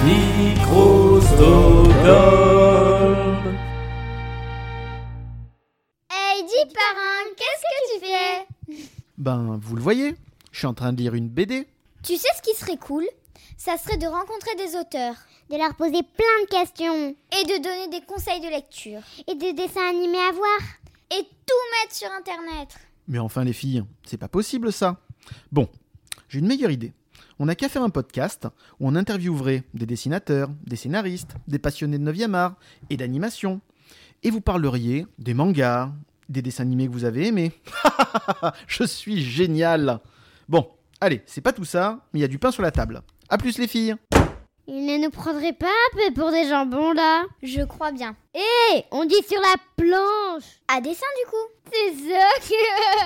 Microsoft. Hey, dis parrain, qu'est-ce que tu fais ? Ben, vous le voyez, je suis en train de lire une BD. Tu sais ce qui serait cool ? Ça serait de rencontrer des auteurs, de leur poser plein de questions, et de donner des conseils de lecture, et de dessins animés à voir, et tout mettre sur Internet. Mais enfin les filles, c'est pas possible ça. Bon, j'ai une meilleure idée. On n'a qu'à faire un podcast où on interviewerait des dessinateurs, des scénaristes, des passionnés de 9e art et d'animation. Et vous parleriez des mangas, des dessins animés que vous avez aimés. Je suis génial. Bon, allez, c'est pas tout ça, mais il y a du pain sur la table. À plus les filles. Ils ne nous prendraient pas un peu pour des jambons là ? Je crois bien. Hé, on dit sur la planche. À dessin du coup. C'est ça que...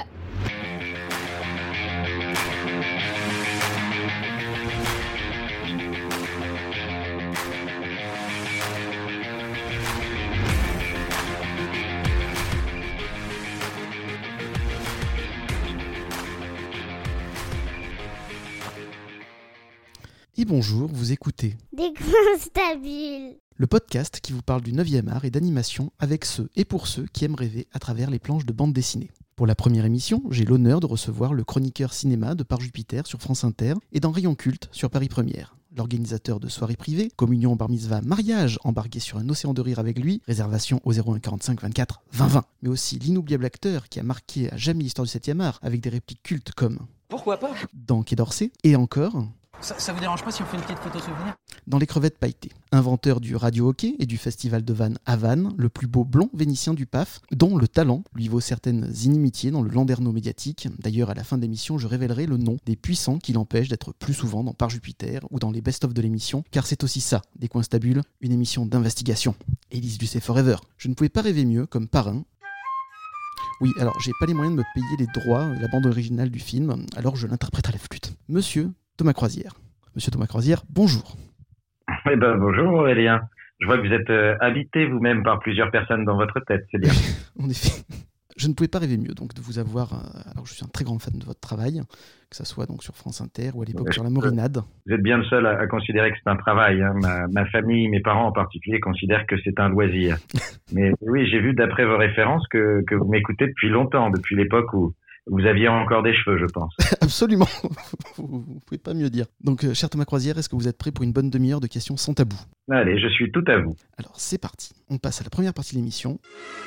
Et bonjour, vous écoutez Des coins stabiles. le podcast qui vous parle du 9e art et d'animation avec ceux et pour ceux qui aiment rêver à travers les planches de bande dessinée. Pour la première émission, j'ai l'honneur de recevoir le chroniqueur cinéma de Par Jupiter sur France Inter et dans Rayon Culte sur Paris Première. L'organisateur de soirées privées, communion, bar mitzvah, mariage, embarqué sur un océan de rire avec lui, réservation au 01 45 24 20 20. Mais aussi l'inoubliable acteur qui a marqué à jamais l'histoire du 7e art avec des répliques cultes comme Pourquoi pas ? dans Quai d'Orsay et encore Ça vous dérange pas si on fait une petite photo souvenir ? dans Les Crevettes Pailletées. Inventeur du radio hockey et du festival de Vannes à Vannes, le plus beau blond vénitien du PAF, dont le talent lui vaut certaines inimitiés dans le landerneau médiatique. D'ailleurs, à la fin de l'émission, je révélerai le nom des puissants qui l'empêchent d'être plus souvent dans Par Jupiter ou dans les best-of de l'émission, car c'est aussi ça, Des Coins Stabules, une émission d'investigation. Élise Lucet Forever. Je ne pouvais pas rêver mieux comme parrain. Oui, alors j'ai pas les moyens de me payer les droits, la bande originale du film, alors je l'interprète à la flûte. Monsieur Thomas Croisière. Monsieur Thomas Croisière, bonjour. Eh ben, bonjour Aurélien. Je vois que vous êtes habité vous-même par plusieurs personnes dans votre tête, c'est bien. En effet. Je ne pouvais pas rêver mieux donc de vous avoir. Alors je suis un très grand fan de votre travail, que ça soit donc sur France Inter ou à l'époque sur La Morinade. Vous êtes bien le seul à considérer que c'est un travail. Hein. Ma famille, mes parents en particulier, considèrent que c'est un loisir. Mais oui, j'ai vu d'après vos références que vous m'écoutez depuis longtemps, depuis l'époque où vous aviez encore des cheveux, je pense. Absolument. Vous ne pouvez pas mieux dire. Donc, cher Thomas Croisière, est-ce que vous êtes prêt pour une bonne demi-heure de questions sans tabou ? Allez, je suis tout à vous. Alors, c'est parti. On passe à la première partie de l'émission.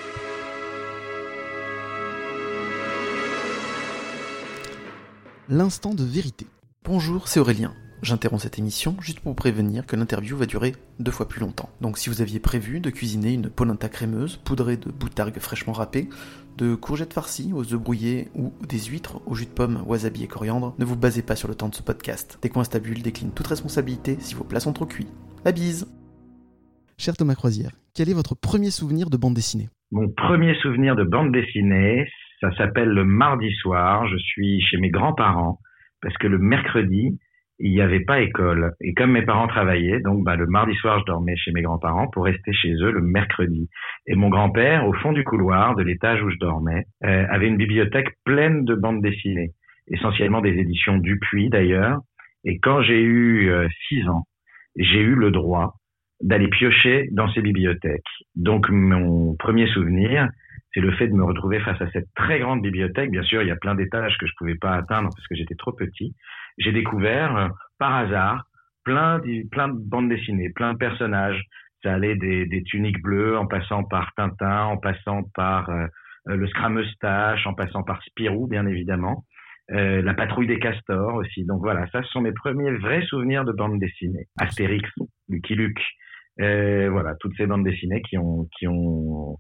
L'instant de vérité. Bonjour, c'est Aurélien. J'interromps cette émission juste pour vous prévenir que l'interview va durer 2 fois plus longtemps. Donc si vous aviez prévu de cuisiner une polenta crémeuse poudrée de boutargue fraîchement râpée, de courgettes farcies aux œufs brouillés ou des huîtres au jus de pomme, wasabi et coriandre, ne vous basez pas sur le temps de ce podcast. Des Coins Stabules décline toute responsabilité si vos plats sont trop cuits. La bise. Cher Thomas Croisière, quel est votre premier souvenir de bande dessinée ? Mon premier souvenir de bande dessinée, ça s'appelle le mardi soir. Je suis chez mes grands-parents parce que le mercredi, il n'y avait pas école. Et comme mes parents travaillaient, donc le mardi soir, je dormais chez mes grands-parents pour rester chez eux le mercredi. Et mon grand-père, au fond du couloir de l'étage où je dormais, avait une bibliothèque pleine de bandes dessinées, essentiellement des éditions Dupuis d'ailleurs. Et quand j'ai eu 6 ans, j'ai eu le droit d'aller piocher dans ces bibliothèques. Donc mon premier souvenir, c'est le fait de me retrouver face à cette très grande bibliothèque. Bien sûr, il y a plein d'étages que je pouvais pas atteindre parce que j'étais trop petit. J'ai découvert, par hasard, plein de bandes dessinées, plein de personnages. Ça allait des tuniques bleues, en passant par Tintin, en passant par le Scrameustache, en passant par Spirou, bien évidemment. La Patrouille des Castors aussi. Donc voilà, ça, ce sont mes premiers vrais souvenirs de bandes dessinées. Astérix, Lucky Luke, voilà, toutes ces bandes dessinées qui ont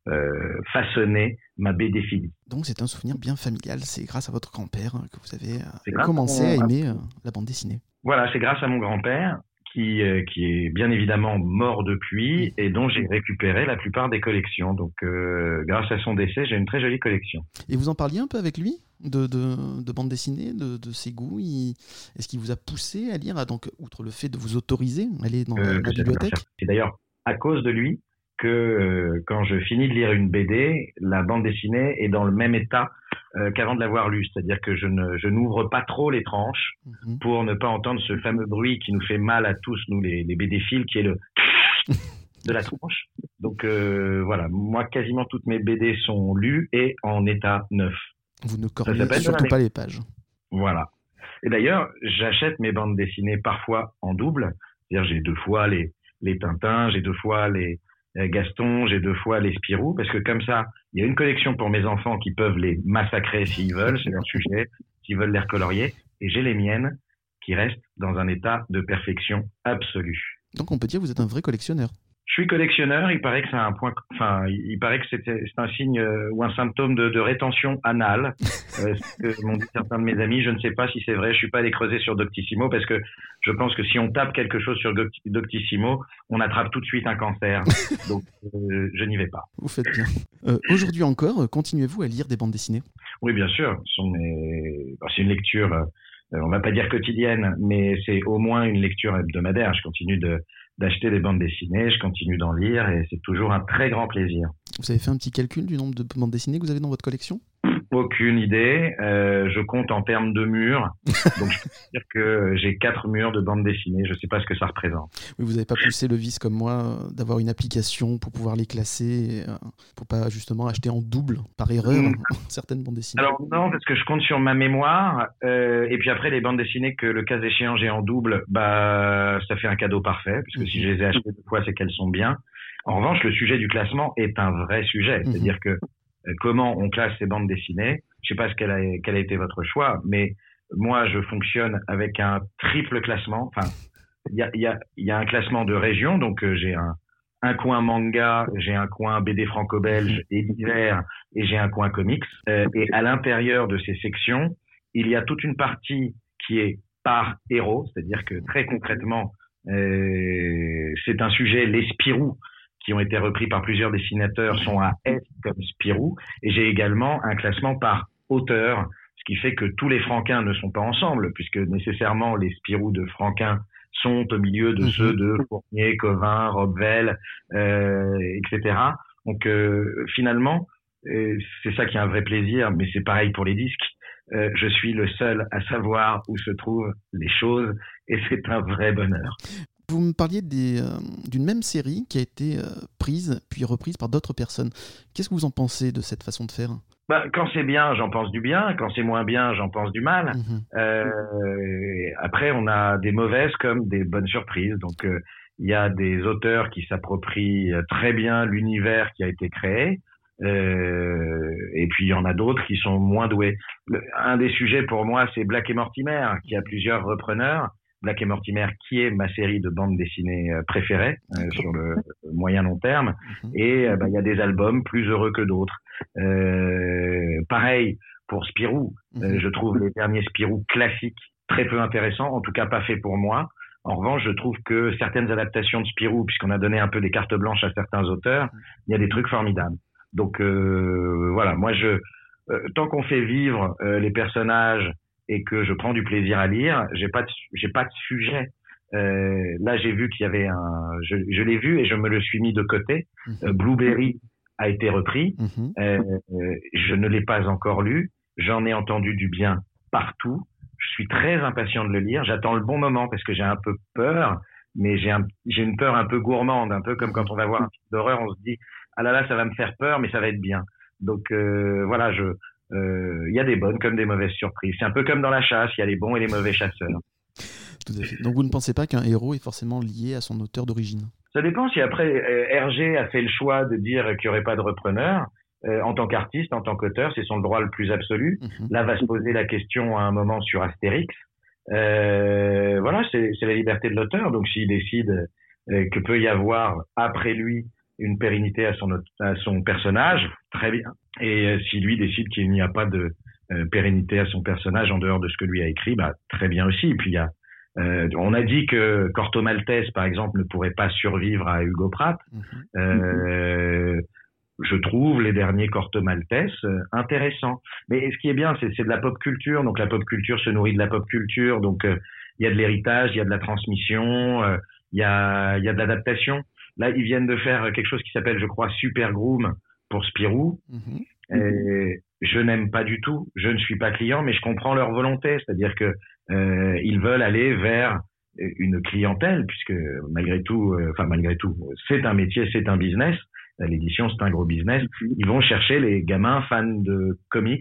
façonné ma BD Philly. Donc c'est un souvenir bien familial, c'est grâce à votre grand-père que vous avez C'est commencé à aimer la bande dessinée. Voilà, c'est grâce à mon grand-père qui est bien évidemment mort depuis et dont j'ai récupéré la plupart des collections. Donc grâce à son décès, j'ai une très jolie collection. Et vous en parliez un peu avec lui de bande dessinée, de ses goûts Est-ce qu'il vous a poussé à lire, donc outre le fait de vous autoriser à aller dans la bibliothèque ? C'est d'ailleurs à cause de lui que quand je finis de lire une BD, la bande dessinée est dans le même état qu'avant de l'avoir lu. C'est-à-dire que je n'ouvre pas trop les tranches pour ne pas entendre ce fameux bruit qui nous fait mal à tous, nous, les BD-philes, qui est le de la tranche. Donc voilà, moi, quasiment toutes mes BD sont lues et en état neuf. Vous ne cornez surtout pas les pages. Voilà. Et d'ailleurs, j'achète mes bandes dessinées parfois en double. C'est-à-dire, j'ai 2 fois les Tintins, j'ai 2 fois les Gaston, j'ai 2 fois les Spirou, parce que comme ça, il y a une collection pour mes enfants qui peuvent les massacrer s'ils veulent, c'est leur sujet, s'ils veulent les recolorier, et j'ai les miennes qui restent dans un état de perfection absolue. Donc on peut dire que vous êtes un vrai collectionneur. Je suis collectionneur, il paraît que c'est un point, il paraît que c'est un signe ou un symptôme de rétention anale. Ce que m'ont dit certains de mes amis, je ne sais pas si c'est vrai, je suis pas allé creuser sur Doctissimo parce que je pense que si on tape quelque chose sur Doctissimo, on attrape tout de suite un cancer. Donc je n'y vais pas. Vous faites bien. Aujourd'hui encore, continuez-vous à lire des bandes dessinées ? Oui, bien sûr. C'est une lecture, on va pas dire quotidienne, mais c'est au moins une lecture hebdomadaire. Je continue d'acheter des bandes dessinées, je continue d'en lire et c'est toujours un très grand plaisir. Vous avez fait un petit calcul du nombre de bandes dessinées que vous avez dans votre collection ? Aucune idée. Je compte en termes de murs. Donc, je peux dire que j'ai 4 murs de bandes dessinées. Je ne sais pas ce que ça représente. Oui, vous n'avez pas poussé le vice comme moi d'avoir une application pour pouvoir les classer, pour pas justement acheter en double, par erreur, certaines bandes dessinées. Alors non, parce que je compte sur ma mémoire. Et puis après, les bandes dessinées que le cas échéant j'ai en double, ça fait un cadeau parfait. Parce que si je les ai achetées 2 fois, c'est qu'elles sont bien. En revanche, le sujet du classement est un vrai sujet. C'est-à-dire que comment on classe ces bandes dessinées. Je sais pas quel a été votre choix, mais moi, je fonctionne avec un triple classement. Enfin, il y a un classement de région, donc j'ai un coin manga, j'ai un coin BD franco-belge et d'hiver, et j'ai un coin comics. Et à l'intérieur de ces sections, il y a toute une partie qui est par héros, c'est-à-dire que très concrètement, c'est un sujet, les Spirou, qui ont été repris par plusieurs dessinateurs, sont à S comme Spirou. Et j'ai également un classement par auteur, ce qui fait que tous les Franquins ne sont pas ensemble, puisque nécessairement les Spirou de Franquin sont au milieu de ceux de Fournier, Covin, Robvel, etc. Donc finalement, c'est ça qui est un vrai plaisir, mais c'est pareil pour les disques. Je suis le seul à savoir où se trouvent les choses, et c'est un vrai bonheur. Vous me parliez d'une même série qui a été prise puis reprise par d'autres personnes. Qu'est-ce que vous en pensez de cette façon de faire ? Quand c'est bien, j'en pense du bien. Quand c'est moins bien, j'en pense du mal. Après, on a des mauvaises comme des bonnes surprises. Donc, il y a des auteurs qui s'approprient très bien l'univers qui a été créé. Et puis, il y en a d'autres qui sont moins doués. Un des sujets pour moi, c'est Black et Mortimer, qui a plusieurs repreneurs. Black et Mortimer, qui est ma série de bandes dessinées préférée sur le moyen long terme, et il y a des albums plus heureux que d'autres. Pareil pour Spirou, je trouve les derniers Spirou classiques très peu intéressants, en tout cas pas faits pour moi. En revanche, je trouve que certaines adaptations de Spirou, puisqu'on a donné un peu des cartes blanches à certains auteurs, il y a des trucs formidables. Donc voilà, moi tant qu'on fait vivre les personnages et que je prends du plaisir à lire, j'ai pas de sujet. Là, j'ai vu qu'il y avait je l'ai vu et je me le suis mis de côté. Blueberry a été repris. Je ne l'ai pas encore lu. J'en ai entendu du bien partout. Je suis très impatient de le lire. J'attends le bon moment parce que j'ai un peu peur, mais j'ai une peur un peu gourmande, un peu comme quand on va voir un film d'horreur, on se dit ah là, ça va me faire peur, mais ça va être bien. Donc voilà, il y a des bonnes comme des mauvaises surprises. C'est un peu comme dans la chasse, il y a les bons et les mauvais chasseurs. Tout à fait. Donc vous ne pensez pas qu'un héros est forcément lié à son auteur d'origine ? Ça dépend si après Hergé a fait le choix de dire qu'il n'y aurait pas de repreneur. En tant qu'artiste, en tant qu'auteur, c'est son droit le plus absolu. Là va se poser la question à un moment sur Astérix. Voilà, c'est la liberté de l'auteur. Donc s'il décide que peut y avoir après lui une pérennité à son personnage, très bien. Et si lui décide qu'il n'y a pas de pérennité à son personnage en dehors de ce que lui a écrit, très bien aussi. Et puis on a dit que Corto Maltese, par exemple, ne pourrait pas survivre à Hugo Pratt. Je trouve les derniers Corto Maltese intéressants. Mais ce qui est bien, c'est de la pop culture. Donc la pop culture se nourrit de la pop culture. Donc il y a de l'héritage, il y a de la transmission, il y a de l'adaptation. Là, ils viennent de faire quelque chose qui s'appelle, je crois, Super Groom pour Spirou. je n'aime pas du tout, je ne suis pas client, mais je comprends leur volonté, c'est-à-dire que ils veulent aller vers une clientèle, puisque malgré tout, c'est un métier, c'est un business. L'édition, c'est un gros business. Ils vont chercher les gamins fans de comics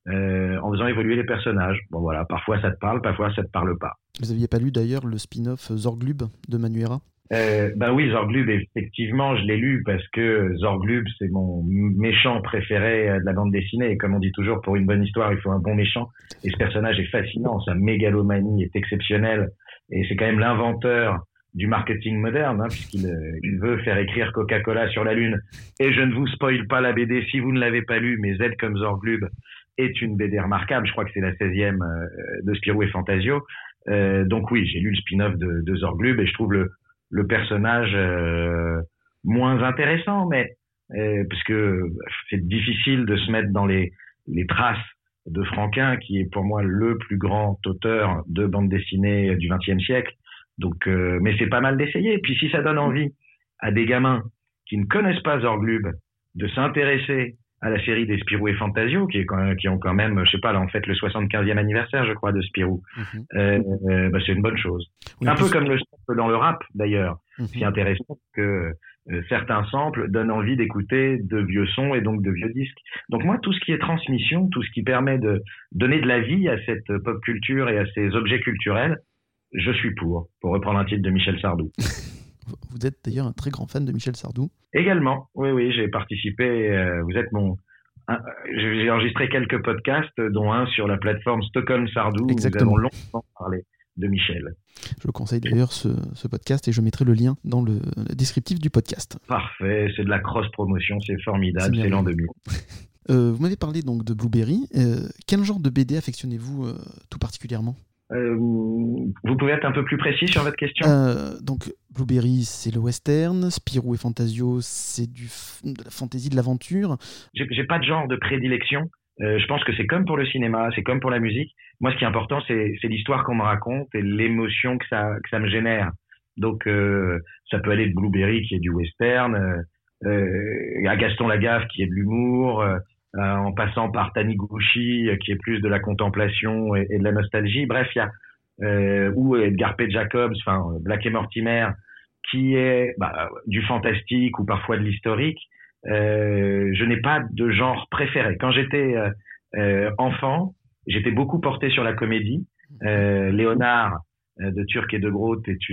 en faisant évoluer les personnages. Bon voilà, parfois ça te parle, parfois ça te parle pas. Vous aviez pas lu d'ailleurs le spin-off Zorglub de Manuera ? Oui, Zorglub, effectivement, je l'ai lu parce que Zorglub, c'est mon méchant préféré de la bande dessinée. Et comme on dit toujours, pour une bonne histoire, il faut un bon méchant. Et ce personnage est fascinant, sa mégalomanie est exceptionnelle. Et c'est quand même l'inventeur du marketing moderne, puisqu'il veut faire écrire Coca-Cola sur la Lune. Et je ne vous spoile pas la BD si vous ne l'avez pas lu, mais Z comme Zorglub est une BD remarquable. Je crois que c'est la 16e de Spirou et Fantasio. Donc oui, j'ai lu le spin-off de Zorglub et je trouve le personnage moins intéressant, mais parce que c'est difficile de se mettre dans les traces de Franquin, qui est pour moi le plus grand auteur de bande dessinée du XXe siècle. Donc, mais c'est pas mal d'essayer. Et puis si ça donne envie à des gamins qui ne connaissent pas Zorglub de s'intéresser à la série des Spirou et Fantasio, qui ont quand même, je sais pas, là on fête le 75e anniversaire, je crois, de Spirou. C'est une bonne chose. Oui, un peu comme le sample dans le rap, d'ailleurs. Ce qui est intéressant, c'est que certains samples donnent envie d'écouter de vieux sons et donc de vieux disques. Donc moi, tout ce qui est transmission, tout ce qui permet de donner de la vie à cette pop culture et à ces objets culturels, je suis pour reprendre un titre de Michel Sardou. Vous êtes d'ailleurs un très grand fan de Michel Sardou. Également, oui, j'ai participé. Vous êtes j'ai enregistré quelques podcasts, dont un sur la plateforme Stockholm Sardou. Exactement. Nous avons longtemps parlé de Michel. Je conseille d'ailleurs ce podcast et je mettrai le lien dans le descriptif du podcast. Parfait, c'est de la cross-promotion, c'est formidable, c'est l'an 2000. Vous m'avez parlé donc de Blueberry. Quel genre de BD affectionnez-vous tout particulièrement ? Vous pouvez être un peu plus précis sur votre question ? Donc Blueberry, c'est le western, Spirou et Fantasio, c'est de la fantaisie, de l'aventure. J'ai pas de genre de prédilection. Je pense que c'est comme pour le cinéma, c'est comme pour la musique. Moi, ce qui est important, c'est l'histoire qu'on me raconte et l'émotion que ça me génère. Donc, ça peut aller de Blueberry, qui est du western, à Gaston Lagaffe, qui est de l'humour, en passant par Taniguchi, qui est plus de la contemplation et de la nostalgie. Bref, il y a ou Edgar P. Jacobs, Black et Mortimer, qui est du fantastique ou parfois de l'historique. Je n'ai pas de genre préféré. Quand j'étais enfant, j'étais beaucoup porté sur la comédie. Léonard de Turc et de Groot est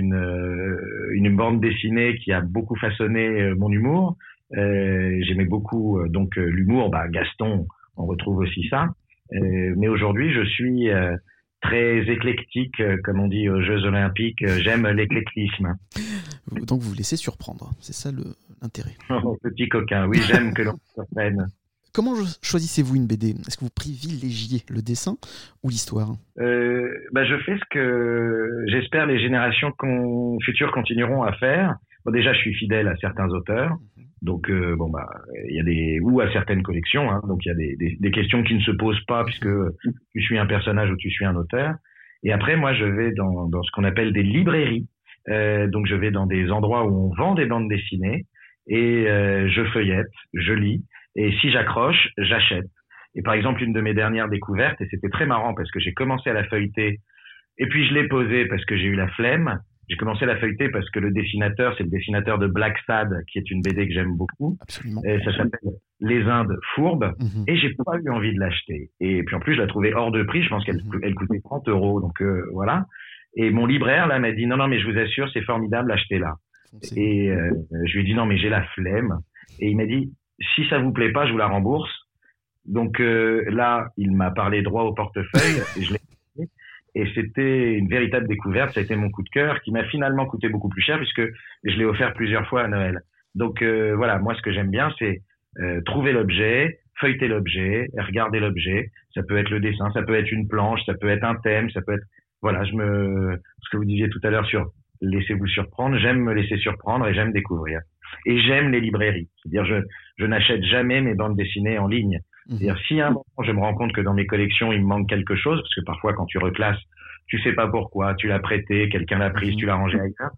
une bande dessinée qui a beaucoup façonné mon humour. J'aimais beaucoup l'humour. Gaston, on retrouve aussi ça. Mais aujourd'hui, je suis très éclectique, comme on dit aux Jeux Olympiques. J'aime l'éclectisme. Donc vous vous laissez surprendre, c'est ça l'intérêt. Oh, petit coquin, oui, j'aime que l'on me surprenne. Comment choisissez-vous une BD ? Est-ce que vous privilégiez le dessin ou l'histoire ? Je fais ce que j'espère les générations futures continueront à faire. Bon, déjà, je suis fidèle à certains auteurs, donc il y a ou à certaines collections, donc il y a des questions qui ne se posent pas puisque tu suis un personnage ou tu suis un auteur. Et après, moi, je vais dans ce qu'on appelle des librairies. Donc je vais dans des endroits où on vend des bandes dessinées et je feuillette, je lis, et si j'accroche, j'achète. Et par exemple, une de mes dernières découvertes, et c'était très marrant parce que j'ai commencé à la feuilleter et puis je l'ai posée parce que j'ai eu la flemme. J'ai commencé à la feuilleter parce que le dessinateur, c'est le dessinateur de Black Sad, qui est une BD que j'aime beaucoup. Absolument. Et ça s'appelle Les Indes Fourbes. Et j'ai pas eu envie de l'acheter. Et puis en plus, je la trouvais hors de prix. Je pense qu'elle coûtait 30 €. Donc voilà. Et mon libraire là m'a dit non, mais je vous assure, c'est formidable, achetez-la. Et je lui ai dit non, mais j'ai la flemme. Et il m'a dit si ça vous plaît pas, je vous la rembourse. Donc là, il m'a parlé droit au portefeuille et je l'ai acheté. Et c'était une véritable découverte. Ça a été mon coup de cœur qui m'a finalement coûté beaucoup plus cher puisque je l'ai offert plusieurs fois à Noël. Donc voilà, moi ce que j'aime bien, c'est trouver l'objet, feuilleter l'objet, regarder l'objet. Ça peut être le dessin, ça peut être une planche, ça peut être un thème, ça peut être voilà, ce que vous disiez tout à l'heure sur laissez-vous surprendre. J'aime me laisser surprendre et j'aime découvrir. Et j'aime les librairies. C'est-à-dire, je n'achète jamais mes bandes dessinées en ligne. C'est-à-dire, si à un moment je me rends compte que dans mes collections il me manque quelque chose, parce que parfois quand tu reclasses, tu sais pas pourquoi, tu l'as prêté, quelqu'un l'a prise, tu l'as rangé ailleurs.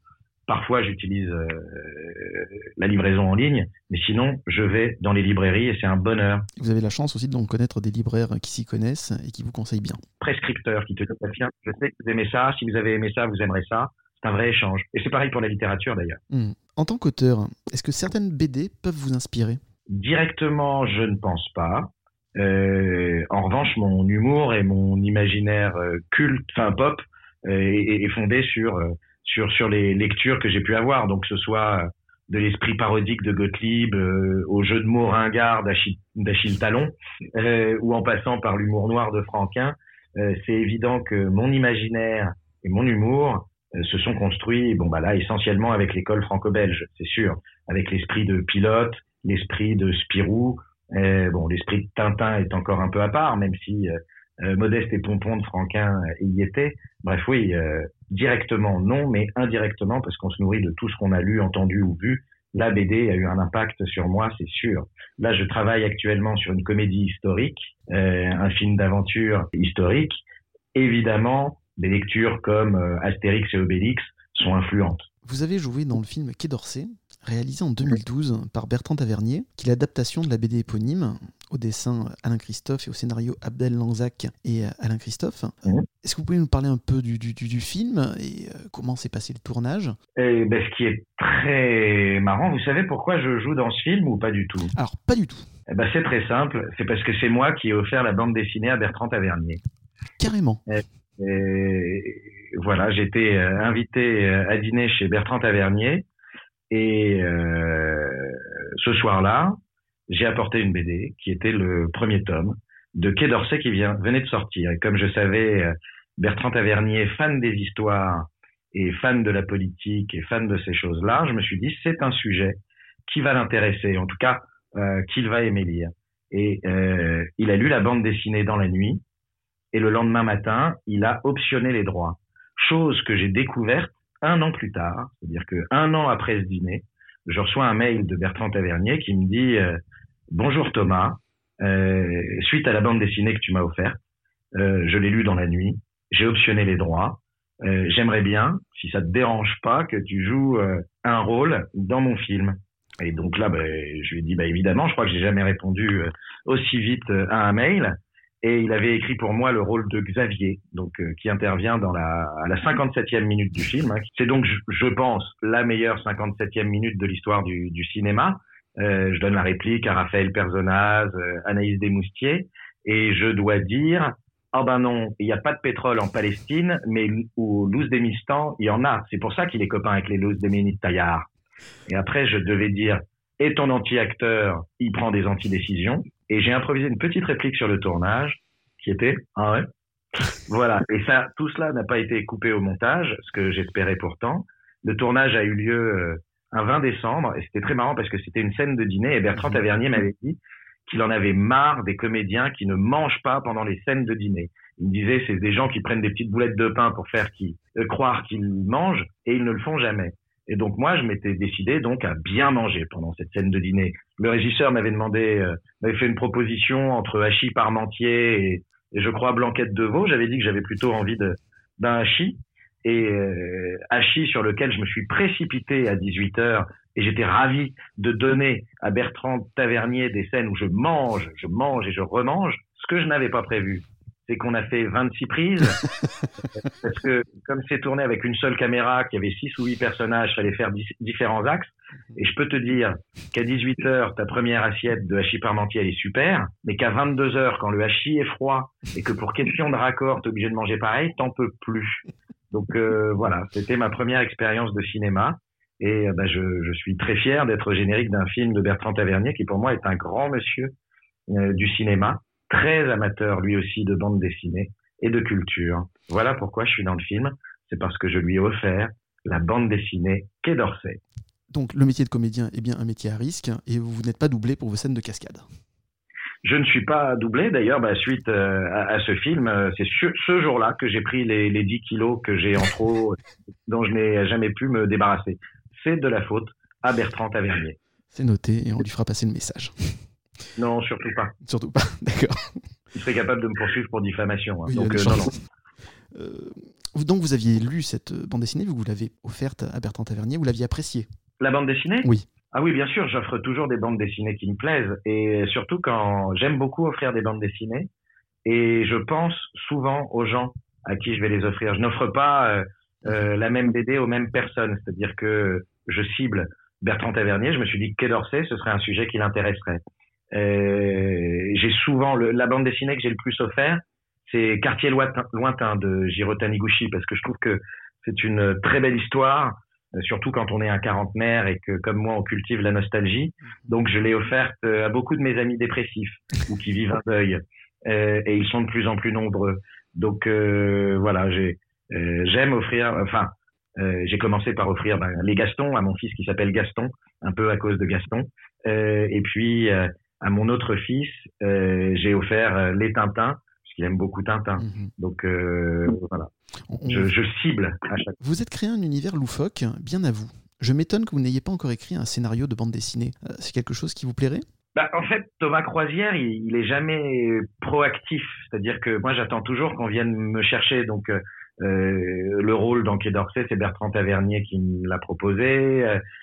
Parfois, j'utilise la livraison en ligne, mais sinon, je vais dans les librairies et c'est un bonheur. Vous avez la chance aussi de connaître des libraires qui s'y connaissent et qui vous conseillent bien. Prescripteur qui te dit, tiens, je sais que vous aimez ça, si vous avez aimé ça, vous aimerez ça. C'est un vrai échange. Et c'est pareil pour la littérature d'ailleurs. En tant qu'auteur, est-ce que certaines BD peuvent vous inspirer ? Directement, je ne pense pas. En revanche, mon humour et mon imaginaire culte, pop, est fondé sur les lectures que j'ai pu avoir. Donc, que ce soit de l'esprit parodique de Gottlieb au jeu de mots ringard d'Achille Talon, ou en passant par l'humour noir de Franquin, c'est évident que mon imaginaire et mon humour se sont construits, essentiellement avec l'école franco-belge, c'est sûr, avec l'esprit de Pilote, l'esprit de Spirou, l'esprit de Tintin est encore un peu à part, même si Modeste et Pompon de Franquin y étaient. Bref, oui, directement non, mais indirectement, parce qu'on se nourrit de tout ce qu'on a lu, entendu ou vu. La BD a eu un impact sur moi, c'est sûr. Là, je travaille actuellement sur une comédie historique, un film d'aventure historique. Évidemment, des lectures comme Astérix et Obélix sont influentes. Vous avez joué dans le film Quai d'Orsay, réalisé en 2012 par Bertrand Tavernier, qui est l'adaptation de la BD éponyme, au dessin Alain Christophe et au scénario Abdel Lanzac et Alain Christophe. Est-ce que vous pouvez nous parler un peu du film et comment s'est passé le tournage ? Ce qui est très marrant, vous savez pourquoi je joue dans ce film ou pas du tout ? Alors, pas du tout. C'est très simple, c'est parce que c'est moi qui ai offert la bande dessinée à Bertrand Tavernier. Carrément. Voilà, j'étais invité à dîner chez Bertrand Tavernier et ce soir-là, j'ai apporté une BD qui était le premier tome de Quai d'Orsay qui venait de sortir. Et comme je savais, Bertrand Tavernier, fan des histoires et fan de la politique et fan de ces choses-là, je me suis dit c'est un sujet qui va l'intéresser, en tout cas qu'il va aimer lire. Et il a lu la bande dessinée dans la nuit et le lendemain matin, il a optionné les droits. Chose que j'ai découverte 1 an plus tard, c'est-à-dire que 1 an après ce dîner, je reçois un mail de Bertrand Tavernier qui me dit « Bonjour Thomas, suite à la bande dessinée que tu m'as offerte, je l'ai lue dans la nuit, j'ai optionné les droits, j'aimerais bien, si ça te dérange pas, que tu joues un rôle dans mon film. » Et donc là, je lui ai dit évidemment, je crois que j'ai jamais répondu aussi vite à un mail. Et il avait écrit pour moi le rôle de Xavier, donc qui intervient à la 57e minute du film. C'est donc, je pense, la meilleure 57e minute de l'histoire du cinéma. Je donne la réplique à Raphaël Perzonaz, Anaïs Desmoustiers, et je dois dire, non, il n'y a pas de pétrole en Palestine, mais au L'Ouzbékistan, il y en a. C'est pour ça qu'il est copain avec les L'Ouzbékistan Tayyar. Et après, je devais dire, et ton anti-acteur, il prend des anti-décisions. Et j'ai improvisé une petite réplique sur le tournage qui était « Ah ouais ?» Voilà. Et ça, tout cela n'a pas été coupé au montage, ce que j'espérais pourtant. Le tournage a eu lieu un 20 décembre et c'était très marrant parce que c'était une scène de dîner et Bertrand Tavernier m'avait dit qu'il en avait marre des comédiens qui ne mangent pas pendant les scènes de dîner. Il me disait c'est des gens qui prennent des petites boulettes de pain pour faire croire qu'ils mangent et ils ne le font jamais. Et donc moi, je m'étais décidé donc à bien manger pendant cette scène de dîner. Le régisseur m'avait fait une proposition entre hachis parmentier et je crois blanquette de veau. J'avais dit que j'avais plutôt envie d'un hachis et hachis sur lequel je me suis précipité à 18h et j'étais ravi de donner à Bertrand Tavernier des scènes où je mange et je remange. Ce que je n'avais pas prévu, c'est qu'on a fait 26 prises, parce que comme c'est tourné avec une seule caméra, qu'il y avait 6 ou 8 personnages, il fallait faire différents axes, et je peux te dire qu'à 18h, ta première assiette de hachis parmentier, elle est super, mais qu'à 22h, quand le hachis est froid, et que pour question de raccord, t'es obligé de manger pareil, t'en peux plus. Donc voilà, c'était ma première expérience de cinéma, et je suis très fier d'être générique d'un film de Bertrand Tavernier, qui pour moi est un grand monsieur du cinéma, très amateur lui aussi de bande dessinée et de culture. Voilà pourquoi je suis dans le film, c'est parce que je lui ai offert la bande dessinée Quai d'Orsay. Donc le métier de comédien est bien un métier à risque et vous n'êtes pas doublé pour vos scènes de cascade. Je ne suis pas doublé d'ailleurs, suite à ce film, c'est ce jour-là que j'ai pris les 10 kilos que j'ai en trop, dont je n'ai jamais pu me débarrasser. C'est de la faute à Bertrand Tavernier. C'est noté et on lui fera passer le message. Non, surtout pas. Surtout pas, d'accord. Il serait capable de me poursuivre pour diffamation. Oui, donc, non. Donc vous aviez lu cette bande dessinée, vu que vous l'avez offerte à Bertrand Tavernier, vous l'aviez appréciée? La bande dessinée? Oui. Ah oui, bien sûr, j'offre toujours des bandes dessinées qui me plaisent, et surtout quand j'aime beaucoup offrir des bandes dessinées, et je pense souvent aux gens à qui je vais les offrir. Je n'offre pas la même BD aux mêmes personnes, c'est-à-dire que je cible Bertrand Tavernier, je me suis dit que Quai d'Orsay, ce serait un sujet qui l'intéresserait. J'ai souvent la bande dessinée que j'ai le plus offert, c'est Quartier lointain de Jiro Taniguchi, parce que je trouve que c'est une très belle histoire, surtout quand on est un quarantenaire et que, comme moi, on cultive la nostalgie. Donc, je l'ai offerte à beaucoup de mes amis dépressifs ou qui vivent un deuil, et ils sont de plus en plus nombreux. Donc, voilà, j'aime offrir. Enfin, j'ai commencé par offrir les Gastons à mon fils qui s'appelle Gaston, un peu à cause de Gaston, et puis à mon autre fils, j'ai offert les Tintins. Il aime beaucoup Tintin. Donc, voilà. Je cible à chaque fois. Vous êtes créé un univers loufoque, bien à vous. Je m'étonne que vous n'ayez pas encore écrit un scénario de bande dessinée. C'est quelque chose qui vous plairait? En fait, Thomas Croisière, il est jamais proactif. C'est-à-dire que moi, j'attends toujours qu'on vienne me chercher. Donc, le rôle dans Quai d'Orsay, c'est Bertrand Tavernier qui me l'a proposé.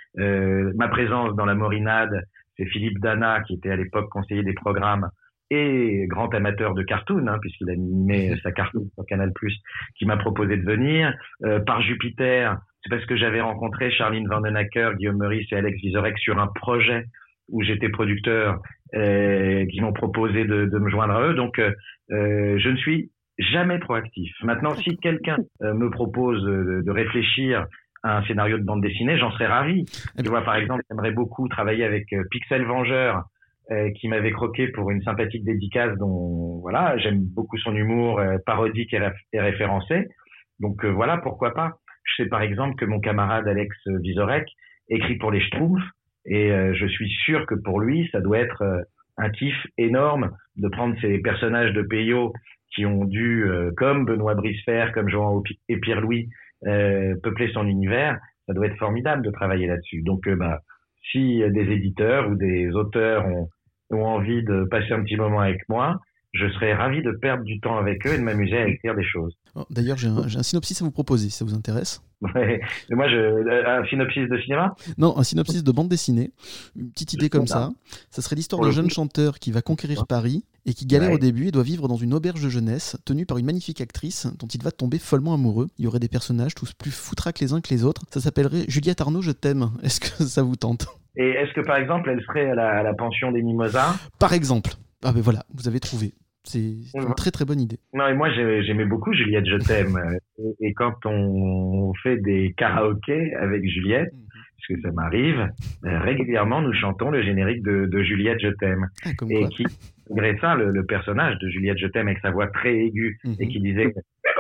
Ma présence dans La Morinade, c'est Philippe Dana, qui était à l'époque conseiller des programmes et grand amateur de cartoon, puisqu'il animait sa cartoon sur Canal+, qui m'a proposé de venir. Par Jupiter, c'est parce que j'avais rencontré Charline Vandenacker, Guillaume Meurice et Alex Vizorek sur un projet où j'étais producteur, qui m'ont proposé de me joindre à eux. Donc, je ne suis jamais proactif. Maintenant, si quelqu'un me propose de réfléchir à un scénario de bande dessinée, j'en serais ravi. Tu vois, par exemple, j'aimerais beaucoup travailler avec Pixel Vengeur, qui m'avait croqué pour une sympathique dédicace dont, voilà, j'aime beaucoup son humour parodique et référencé. Donc, voilà, pourquoi pas. Je sais par exemple que mon camarade Alex Vizorek écrit pour les Schtroumpfs, et je suis sûr que pour lui, ça doit être un kiff énorme de prendre ces personnages de Peyo qui ont dû, comme Benoît Brisefer, comme Jean et Pierre-Louis, peupler son univers. Ça doit être formidable de travailler là-dessus. Donc, si des éditeurs ou des auteurs ont envie de passer un petit moment avec moi, je serais ravi de perdre du temps avec eux et de m'amuser à écrire des choses. D'ailleurs, j'ai un synopsis à vous proposer, si ça vous intéresse. Ouais. Mais moi, un synopsis de cinéma? Non, un synopsis de bande dessinée. Une petite idée comme ça. Ça serait l'histoire d'un jeune chanteur qui va conquérir Paris et qui galère au début et doit vivre dans une auberge de jeunesse tenue par une magnifique actrice dont il va tomber follement amoureux. Il y aurait des personnages tous plus foutraques les uns que les autres. Ça s'appellerait Juliette Arnaud, je t'aime. Est-ce que ça vous tente? Et est-ce que, par exemple, elle serait à la pension des Mimosas? Par exemple. Ah ben voilà, vous avez trouvé. C'est une très très bonne idée. Non, et moi j'aimais beaucoup Juliette, je t'aime. Et quand on fait des karaokés avec Juliette, parce que ça m'arrive, régulièrement nous chantons le générique de Juliette, je t'aime. Et qui, malgré ça, le personnage de Juliette, je t'aime, avec sa voix très aiguë, et qui disait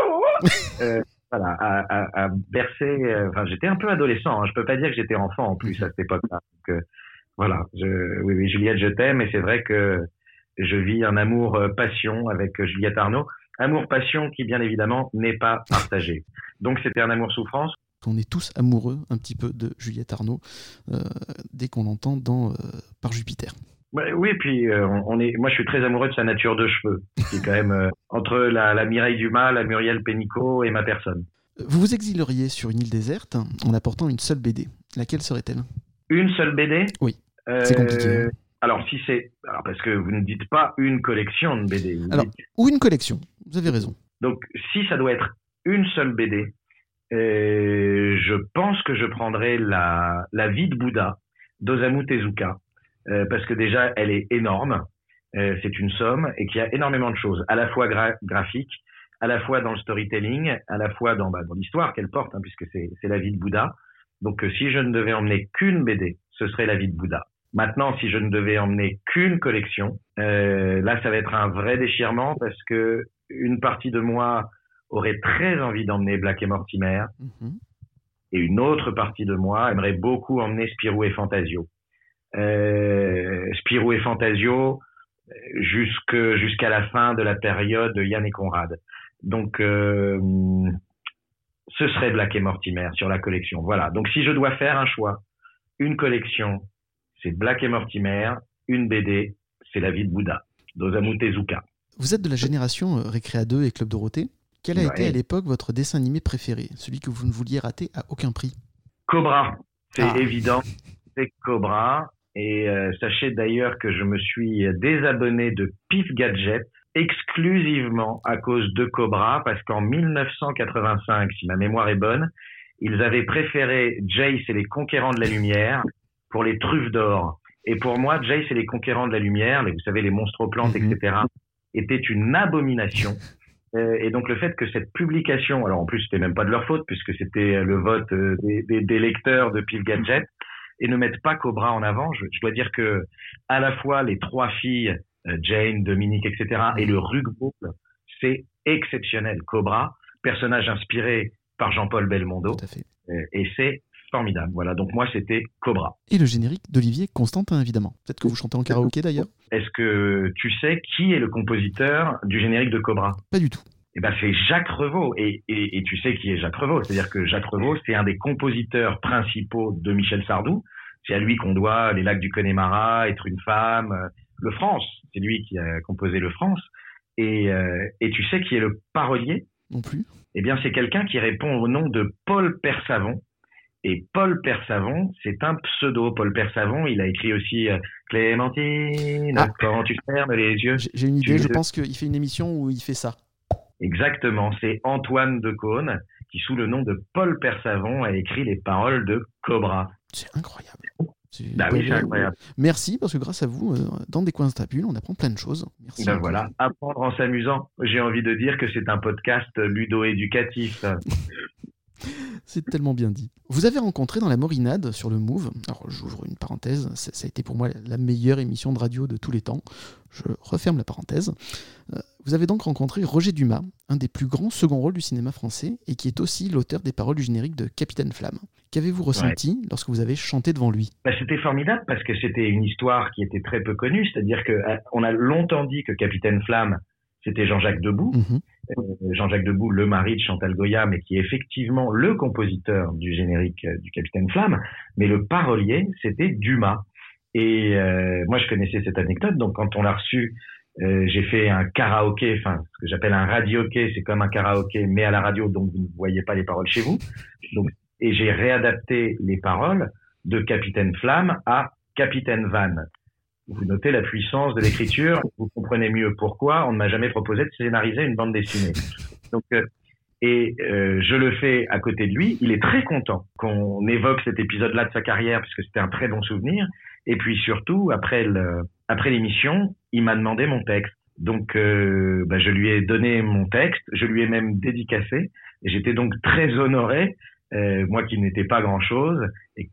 voilà, à bercer. Enfin, j'étais un peu adolescent. Je peux pas dire que j'étais enfant en plus à cette époque-là. Donc voilà, oui, Juliette, je t'aime. Et c'est vrai que je vis un amour-passion avec Juliette Arnaud. Amour-passion qui, bien évidemment, n'est pas partagé. Donc, c'était un amour-souffrance. On est tous amoureux un petit peu de Juliette Arnaud dès qu'on l'entend dans Par Jupiter. Oui, puis moi, je suis très amoureux de sa nature de cheveux, qui est quand même entre la Mireille Dumas, la Muriel Pénicaud et ma personne. Vous vous exileriez sur une île déserte en apportant une seule BD. Laquelle serait-elle? Une seule BD? Oui, c'est compliqué. Alors, parce que vous ne dites pas une collection de BD. Ou une collection, vous avez raison. Donc, si ça doit être une seule BD, je pense que je prendrai la vie de Bouddha d'Osamu Tezuka, parce que déjà, elle est énorme, c'est une somme, et qu'il y a énormément de choses, à la fois graphiques, à la fois dans le storytelling, à la fois dans l'histoire qu'elle porte, puisque c'est la vie de Bouddha. Donc, si je ne devais emmener qu'une BD, ce serait la vie de Bouddha. Maintenant, si je ne devais emmener qu'une collection, là, ça va être un vrai déchirement parce que une partie de moi aurait très envie d'emmener Black et Mortimer et une autre partie de moi aimerait beaucoup emmener Spirou et Fantasio. Spirou et Fantasio jusqu'à la fin de la période de Yann et Conrad. Donc, ce serait Black et Mortimer sur la collection. Voilà. Donc, si je dois faire un choix, une collection, c'est Black et Mortimer, une BD, c'est La vie de Bouddha, d'Osamu Tezuka. Vous êtes de la génération Récréa 2 et Club Dorothée. Quel a été à l'époque votre dessin animé préféré, celui que vous ne vouliez rater à aucun prix? Cobra, c'est évident, c'est Cobra. Et sachez d'ailleurs que je me suis désabonné de Pif Gadget exclusivement à cause de Cobra, parce qu'en 1985, si ma mémoire est bonne, ils avaient préféré Jace et les Conquérants de la Lumière pour les Truffes d'Or. Et pour moi, Jace et les Conquérants de la Lumière, vous savez, les monstroplantes, etc., était une abomination. Et donc le fait que cette publication, alors en plus c'était même pas de leur faute puisque c'était le vote des lecteurs de Pif Gadget, et ne mettent pas Cobra en avant, je dois dire que à la fois les trois filles, Jane, Dominique, etc., et le rugbo, c'est exceptionnel. Cobra, personnage inspiré par Jean-Paul Belmondo, et c'est formidable. Voilà, donc moi c'était Cobra. Et le générique d'Olivier Constantin, évidemment. Peut-être que vous chantez en karaoké d'ailleurs. Est-ce que tu sais qui est le compositeur du générique de Cobra? Pas du tout. Eh ben c'est Jacques Revaux. Et tu sais qui est Jacques Revaux. C'est-à-dire que Jacques Revaux, c'est un des compositeurs principaux de Michel Sardou. C'est à lui qu'on doit Les Lacs du Connemara, Être une femme, Le France. C'est lui qui a composé Le France. Et tu sais qui est le parolier? Non plus. Eh bien, c'est quelqu'un qui répond au nom de Paul Persavon. Et Paul Persavon, c'est un pseudo. Paul Persavon, il a écrit aussi Clémentine, quand tu fermes les yeux. J'ai une idée, je pense qu'il fait une émission où il fait ça. Exactement, c'est Antoine Decaune qui, sous le nom de Paul Persavon, a écrit les paroles de Cobra. C'est incroyable. C'est incroyable. Merci, parce que grâce à vous, dans Des Coins Instables, on apprend plein de choses. Merci. Ben voilà, apprendre en s'amusant. J'ai envie de dire que c'est un podcast ludo-éducatif. C'est tellement bien dit. Vous avez rencontré dans la Morinade sur le Move, alors j'ouvre une parenthèse, ça a été pour moi la meilleure émission de radio de tous les temps, je referme la parenthèse. Vous avez donc rencontré Roger Dumas, un des plus grands second rôles du cinéma français et qui est aussi l'auteur des paroles du générique de Capitaine Flamme. Qu'avez-vous ressenti lorsque vous avez chanté devant lui? C'était formidable parce que c'était une histoire qui était très peu connue, c'est-à-dire qu'on a longtemps dit que Capitaine Flamme, c'était Jean-Jacques Debout. Jean-Jacques Debout, le mari de Chantal Goya, mais qui est effectivement le compositeur du générique du Capitaine Flamme. Mais le parolier, c'était Dumas. Et moi, je connaissais cette anecdote. Donc, quand on l'a reçu, j'ai fait un karaoké, enfin, ce que j'appelle un radioké. C'est comme un karaoké, mais à la radio, donc vous ne voyez pas les paroles chez vous. Donc, et j'ai réadapté les paroles de Capitaine Flamme à Capitaine Vanne. Vous notez la puissance de l'écriture, vous comprenez mieux pourquoi on ne m'a jamais proposé de scénariser une bande dessinée. Donc, je le fais à côté de lui. Il est très content qu'on évoque cet épisode-là de sa carrière, puisque c'était un très bon souvenir. Et puis surtout, après l'émission, il m'a demandé mon texte. Donc, je lui ai donné mon texte, je lui ai même dédicacé. Et j'étais donc très honoré, moi qui n'étais pas grand-chose, et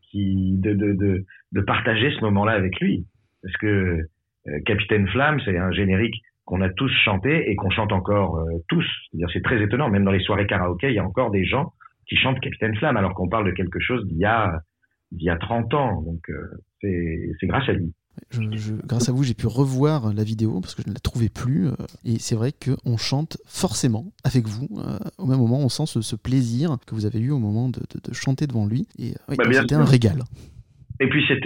de partager ce moment-là avec lui. Parce que Capitaine Flamme, c'est un générique qu'on a tous chanté et qu'on chante encore tous. C'est-à-dire, c'est très étonnant. Même dans les soirées karaoké, il y a encore des gens qui chantent Capitaine Flamme, alors qu'on parle de quelque chose d'il y a 30 ans. Donc, c'est grâce à lui. Grâce à vous, j'ai pu revoir la vidéo parce que je ne la trouvais plus. Et c'est vrai qu'on chante forcément avec vous. Au même moment, on sent ce plaisir que vous avez eu au moment de chanter devant lui. Et c'était un régal. Et puis ça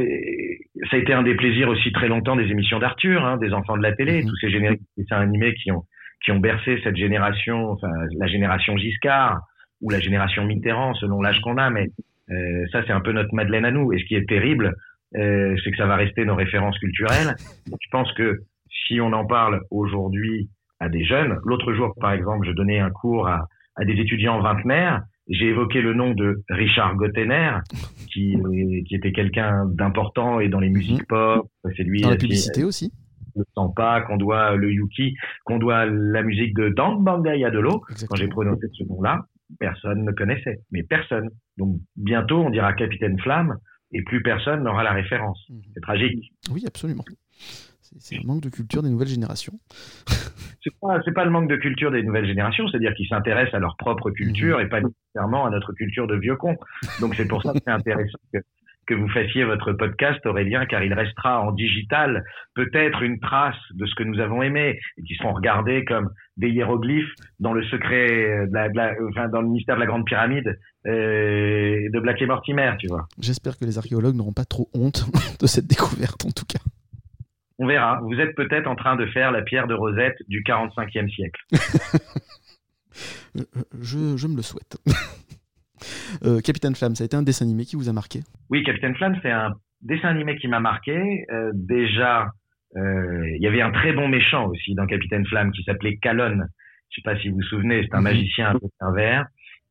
a été un des plaisirs aussi très longtemps des émissions d'Arthur, des enfants de la télé, tous ces génériques de dessins animés qui ont bercé cette génération, enfin la génération Giscard ou la génération Mitterrand selon l'âge qu'on a, mais ça c'est un peu notre Madeleine à nous. Et ce qui est terrible, c'est que ça va rester nos références culturelles. Donc, je pense que si on en parle aujourd'hui à des jeunes, l'autre jour par exemple, je donnais un cours à des étudiants vingtenaires. J'ai évoqué le nom de Richard Gottener, qui était quelqu'un d'important et dans les musiques pop. C'est lui. Dans la publicité aussi. Le Sampa, qu'on doit le Yuki, qu'on doit la musique de Dan Bangaya Yadolo. Quand j'ai prononcé ce nom-là, personne ne connaissait. Mais personne. Donc, bientôt, on dira Capitaine Flamme et plus personne n'aura la référence. C'est tragique. Oui, absolument. C'est le manque de culture des nouvelles générations. C'est pas le manque de culture des nouvelles générations, c'est-à-dire qu'ils s'intéressent à leur propre culture et pas nécessairement à notre culture de vieux cons. Donc c'est pour ça que c'est intéressant que vous fassiez votre podcast, Aurélien, car il restera en digital peut-être une trace de ce que nous avons aimé et qui seront regardés comme des hiéroglyphes dans le secret, dans le mystère de la Grande Pyramide de Black et Mortimer, tu vois. J'espère que les archéologues n'auront pas trop honte de cette découverte, en tout cas. On verra. Vous êtes peut-être en train de faire la pierre de Rosette du 45e siècle. Je me le souhaite. Capitaine Flamme, ça a été un dessin animé qui vous a marqué? Oui, Capitaine Flamme, c'est un dessin animé qui m'a marqué. Déjà, il y avait un très bon méchant aussi dans Capitaine Flamme qui s'appelait Calonne. Je sais pas si vous vous souvenez, c'est un magicien un peu pervers.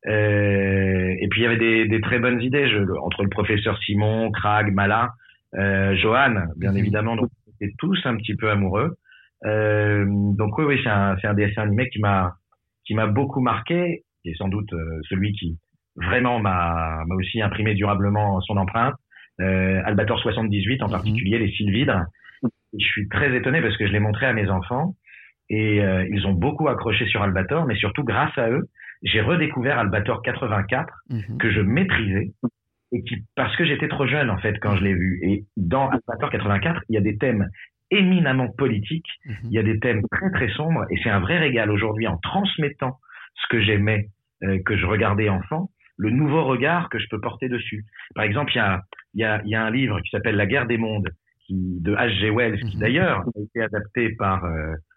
Et puis il y avait des très bonnes idées entre le professeur Simon, Krag, Mala, Johan, bien évidemment. Donc on était tous un petit peu amoureux. Donc oui, c'est un dessin animé qui m'a beaucoup marqué. Et sans doute celui qui vraiment m'a aussi imprimé durablement son empreinte. Albator 78 en particulier, les sylvidres. Je suis très étonné parce que je l'ai montré à mes enfants et ils ont beaucoup accroché sur Albator, mais surtout grâce à eux, j'ai redécouvert Albator 84 que je maîtrisais et parce que j'étais trop jeune en fait quand je l'ai vu. Et dans Albator 84, il y a des thèmes éminemment politiques, il y a des thèmes très très sombres et c'est un vrai régal aujourd'hui en transmettant ce que j'aimais, que je regardais enfant, le nouveau regard que je peux porter dessus. Par exemple, il y a un livre qui s'appelle La guerre des mondes de H.G. Wells, qui d'ailleurs a été adapté par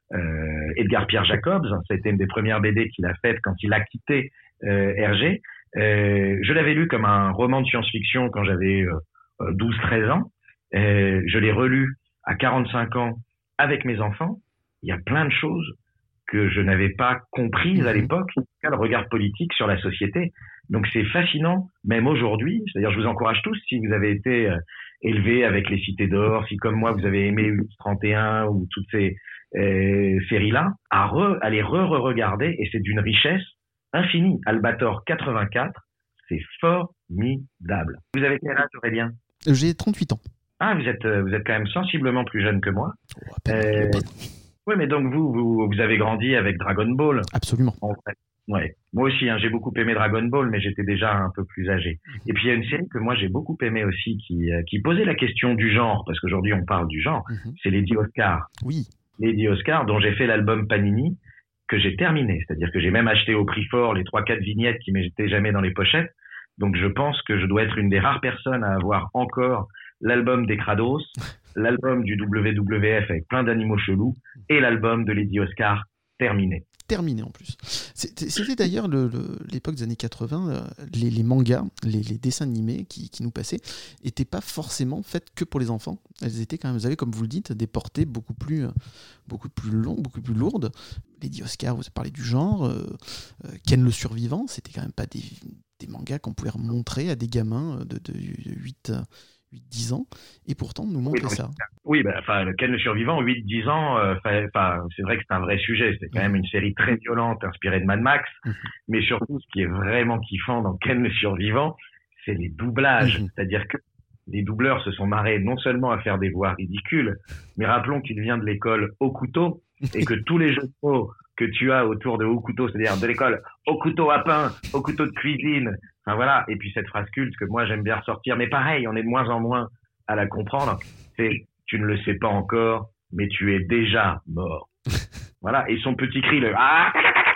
Edgar Pierre Jacobs. Ça a été une des premières BD qu'il a faites quand il a quitté Hergé. Je l'avais lu comme un roman de science-fiction quand j'avais 12-13 ans. Je l'ai relu à 45 ans avec mes enfants. Il y a plein de choses que je n'avais pas comprises à l'époque, en tout cas le regard politique sur la société. Donc c'est fascinant, même aujourd'hui. C'est-à-dire, je vous encourage tous, si vous avez été élevés avec les Cités d'Or, si comme moi vous avez aimé Ulysse 31 ou toutes ces séries-là, à les re-regarder, et c'est d'une richesse infinie. Albator 84, c'est formidable. Vous avez quel âge, Aurélien? J'ai 38 ans. Ah, vous êtes quand même sensiblement plus jeune que moi. Oh, à peine. Oui, mais donc vous avez grandi avec Dragon Ball. Absolument. En fait. Ouais. Moi aussi, j'ai beaucoup aimé Dragon Ball, mais j'étais déjà un peu plus âgé. Et puis il y a une série que moi j'ai beaucoup aimé aussi, qui posait la question du genre, parce qu'aujourd'hui on parle du genre. C'est Lady Oscar. Oui. Lady Oscar, dont j'ai fait l'album Panini, que j'ai terminé. C'est-à-dire que j'ai même acheté au prix fort les 3-4 vignettes qui m'étaient jamais dans les pochettes. Donc je pense que je dois être une des rares personnes à avoir encore l'album des Krados, l'album du WWF avec plein d'animaux chelous, et l'album de Lady Oscar terminé. Terminé en plus. C'était d'ailleurs l'époque des années 80, les mangas, les dessins animés qui nous passaient, n'étaient pas forcément faits que pour les enfants. Elles étaient quand même, vous avez, comme vous le dites, des portées beaucoup plus longues, beaucoup plus lourdes. Lady Oscar, vous parlez du genre. Ken le Survivant, c'était quand même pas des mangas qu'on pouvait montrer à des gamins de 8-10 ans, et pourtant nous montrer ça. Oui, le Ken le Survivant, 8-10 ans, c'est vrai que c'est un vrai sujet. C'est quand même une série très violente, inspirée de Mad Max, mais surtout, ce qui est vraiment kiffant dans Ken le Survivant, c'est les doublages. C'est-à-dire que les doubleurs se sont marrés non seulement à faire des voix ridicules, mais rappelons qu'il vient de l'école au couteau, et que tous les jeux de mots que tu as autour de au couteau, c'est-à-dire de l'école au couteau à pain, au couteau de cuisine, enfin voilà, et puis cette phrase culte que moi j'aime bien ressortir, mais pareil, on est de moins en moins à la comprendre, c'est « tu ne le sais pas encore, mais tu es déjà mort ». Voilà, et son petit cri, le « ah !»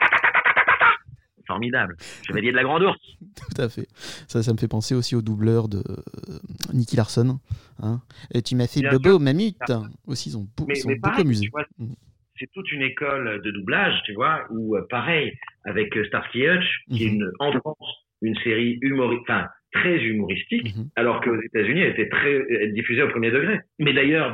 formidable, Chevalier de la Grande Ourse. Tout à fait. Ça me fait penser aussi au doubleur de Nicky Larson. Hein. Et tu m'as fait Bobo, Mamute. Aussi, ils sont beaucoup amusés. C'est toute une école de doublage, tu vois, où pareil, avec Starsky Hutch, qui est une série très humoristique, alors qu'aux États-Unis, elle était très diffusée au premier degré. Mais d'ailleurs,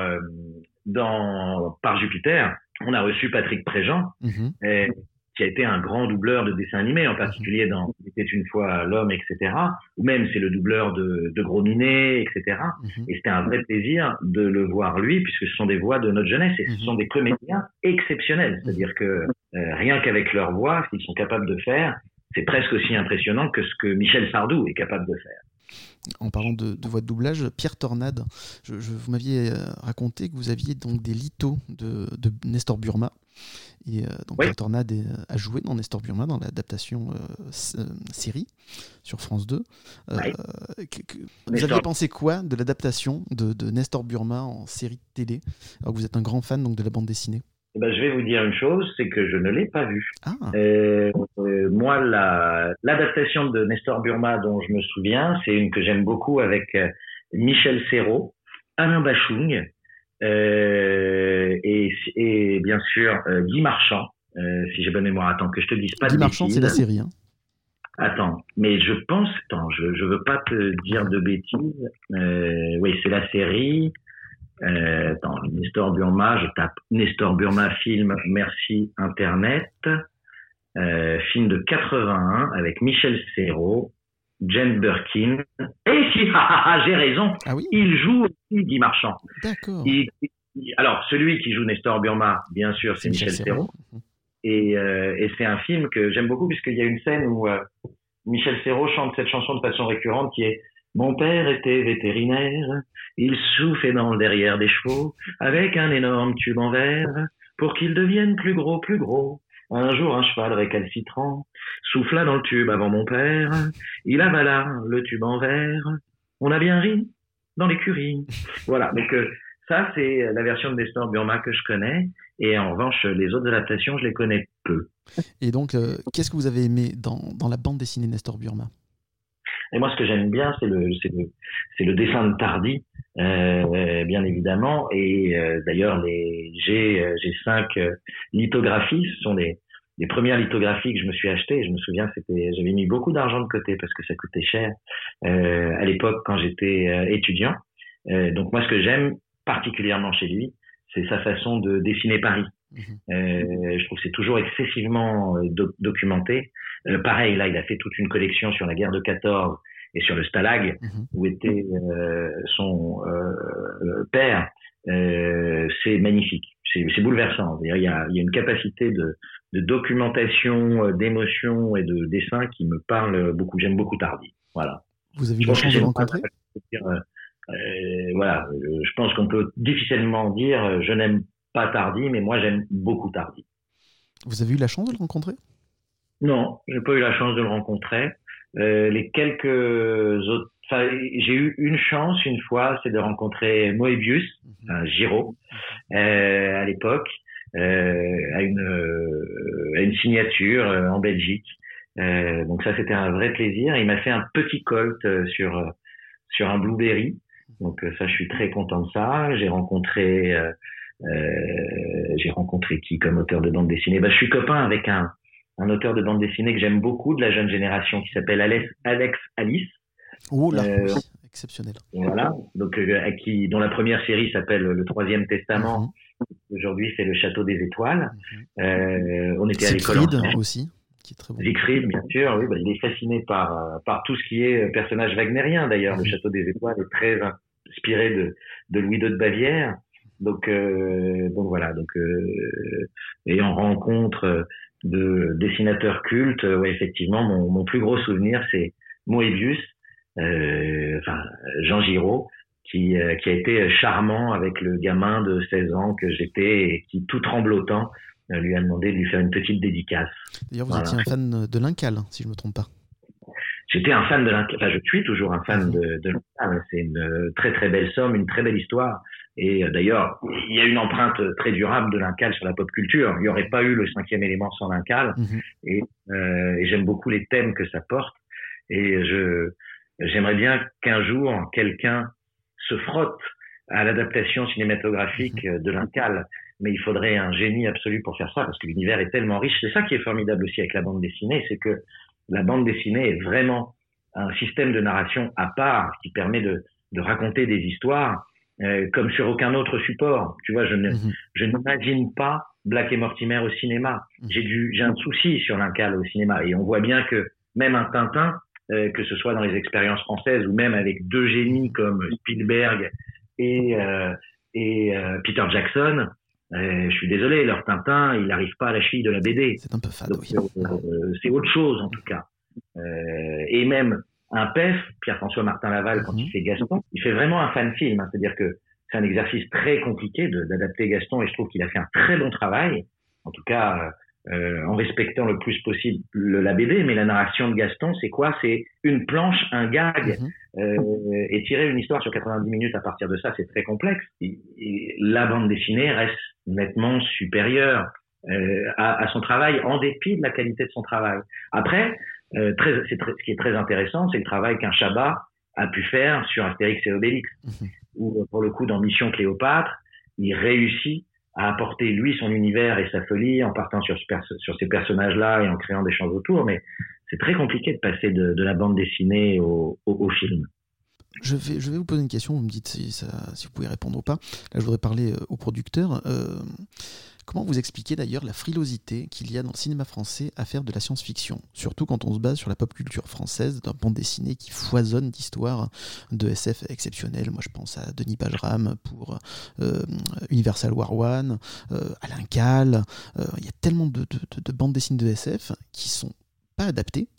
dans Par Jupiter, on a reçu Patrick Préjean, qui a été un grand doubleur de dessins animés, en particulier dans Il était une fois l'homme, etc. Ou même c'est le doubleur de Gros Minet, etc. Et c'était un vrai plaisir de le voir lui, puisque ce sont des voix de notre jeunesse et ce sont des comédiens exceptionnels. C'est-à-dire que rien qu'avec leur voix, ce qu'ils sont capables de faire, c'est presque aussi impressionnant que ce que Michel Sardou est capable de faire. En parlant de voix de doublage, Pierre Tornade, vous m'aviez raconté que vous aviez donc des lithos de Nestor Burma. Et donc Pierre Tornade a joué dans Nestor Burma, dans l'adaptation série sur France 2. Vous aviez pensé quoi de l'adaptation de Nestor Burma en série de télé, alors que vous êtes un grand fan donc, de la bande dessinée? Je vais vous dire une chose, c'est que je ne l'ai pas vue. Moi, l'adaptation de Nestor Burma dont je me souviens, c'est une que j'aime beaucoup avec Michel Serrault, Alain Bachung et bien sûr Guy Marchand, si j'ai bonne mémoire. Attends, que je te dise pas Guy de Marchand, c'est bêtises. la série. Hein. Attends, mais je pense... Attends, je veux pas te dire de bêtises. Oui, c'est la série... attends, Nestor Burma, je tape Nestor Burma film, merci Internet. Film de 81 avec Michel Serrault, Jane Birkin. Et si, j'ai raison, Ah oui. il joue aussi Guy Marchand. D'accord. Alors, celui qui joue Nestor Burma, bien sûr, c'est Michel Serrault. Et c'est un film que j'aime beaucoup puisqu'il y a une scène où Michel Serrault chante cette chanson de façon récurrente qui est « Mon père était vétérinaire, il soufflait dans le derrière des chevaux avec un énorme tube en verre pour qu'ils deviennent plus gros, plus gros. Un jour, un cheval récalcitrant souffla dans le tube avant mon père. Il avala le tube en verre. On a bien ri dans l'écurie. » Voilà, donc ça, c'est la version de Nestor Burma que je connais. Et en revanche, les autres adaptations, je les connais peu. Et donc, qu'est-ce que vous avez aimé dans la bande dessinée Nestor Burma ? Et moi, ce que j'aime bien, c'est le dessin de Tardy, bien évidemment. Et d'ailleurs, j'ai 5 lithographies. Ce sont les premières lithographies que je me suis achetées. Je me souviens, j'avais mis beaucoup d'argent de côté parce que ça coûtait cher à l'époque quand j'étais étudiant. Donc moi, ce que j'aime particulièrement chez lui, c'est sa façon de dessiner Paris. Je trouve que c'est toujours excessivement documenté. Pareil, là, il a fait toute une collection sur la guerre de 14 et sur le Stalag, où était son père. C'est magnifique, c'est bouleversant. Il y a une capacité de documentation, d'émotion et de dessin qui me parle beaucoup. J'aime beaucoup Tardy. Voilà. Vous avez eu la chance de le rencontrer ? Voilà, je pense qu'on peut difficilement dire je n'aime pas Tardy, mais moi j'aime beaucoup Tardy. Vous avez eu la chance de le rencontrer ? Non, j'ai pas eu la chance de le rencontrer. Les quelques autres, j'ai eu une chance une fois, c'est de rencontrer Moebius, Giraud, à l'époque, à une signature en Belgique. Donc ça, c'était un vrai plaisir. Il m'a fait un petit colt sur un Blueberry. Donc ça, je suis très content de ça. J'ai rencontré qui comme auteur de bande dessinée? Je suis copain avec un auteur de bande dessinée que j'aime beaucoup de la jeune génération qui s'appelle Alex Alice. Oh là, exceptionnel. Voilà, donc dont la première série s'appelle Le Troisième Testament. Aujourd'hui, c'est Le Château des Étoiles. On était à l'école ensemble aussi. Siegfried, bien sûr, oui, il est fasciné par tout ce qui est personnage wagnérien. D'ailleurs, Le Château des Étoiles est très inspiré de Louis II de Bavière. Donc voilà. Et en rencontre de dessinateurs cultes, effectivement, mon plus gros souvenir, c'est Moebius, Jean Giraud, qui a été charmant avec le gamin de 16 ans que j'étais et qui, tout tremblotant, lui a demandé de lui faire une petite dédicace. D'ailleurs, vous étiez un fan de L'Incal, si je ne me trompe pas. J'étais un fan de L'Incal, je suis toujours un fan de L'Incal. C'est une très très belle somme, une très belle histoire. Et d'ailleurs, il y a une empreinte très durable de L'Incal sur la pop culture. Il n'y aurait pas eu le 5e élément sans L'Incal. Et j'aime beaucoup les thèmes que ça porte. Et j'aimerais bien qu'un jour, quelqu'un se frotte à l'adaptation cinématographique de L'Incal. Mais il faudrait un génie absolu pour faire ça, parce que l'univers est tellement riche. C'est ça qui est formidable aussi avec la bande dessinée, c'est que la bande dessinée est vraiment un système de narration à part qui permet de raconter des histoires comme sur aucun autre support. Tu vois, je n'imagine pas Black et Mortimer au cinéma. J'ai un souci sur L'Incal au cinéma, et on voit bien que même un Tintin, que ce soit dans les expériences françaises ou même avec deux génies comme Spielberg et Peter Jackson, je suis désolé, leur Tintin, il n'arrive pas à la cheville de la BD. C'est un peu fade, oui. C'est autre chose, en tout cas. Et même un PEF, Pierre-François Martin Laval, quand il fait Gaston, il fait vraiment un fan film. C'est-à-dire que c'est un exercice très compliqué d'adapter Gaston, et je trouve qu'il a fait un très bon travail. En tout cas, en respectant le plus possible la BD. Mais la narration de Gaston, c'est quoi? C'est une planche, un gag, et tirer une histoire sur 90 minutes à partir de ça, c'est très complexe. Et la bande dessinée reste nettement supérieure à son travail, en dépit de la qualité de son travail. Après, ce qui est très intéressant, c'est le travail qu'un Chabat a pu faire sur Astérix et Obélix, où pour le coup, dans Mission Cléopâtre, il réussit à apporter lui son univers et sa folie en partant sur ces personnages-là et en créant des choses autour, mais c'est très compliqué de passer de la bande dessinée au film. Je vais vous poser une question, vous me dites si vous pouvez répondre ou pas. Là, je voudrais parler au producteur. Comment vous expliquez d'ailleurs la frilosité qu'il y a dans le cinéma français à faire de la science-fiction, surtout quand on se base sur la pop culture française, d'un bande dessinée qui foisonne d'histoires de SF exceptionnelles. Moi, je pense à Denis Bajram pour Universal War One, Alain Cale. Il y a tellement de bandes dessinées de SF qui sont pas adaptées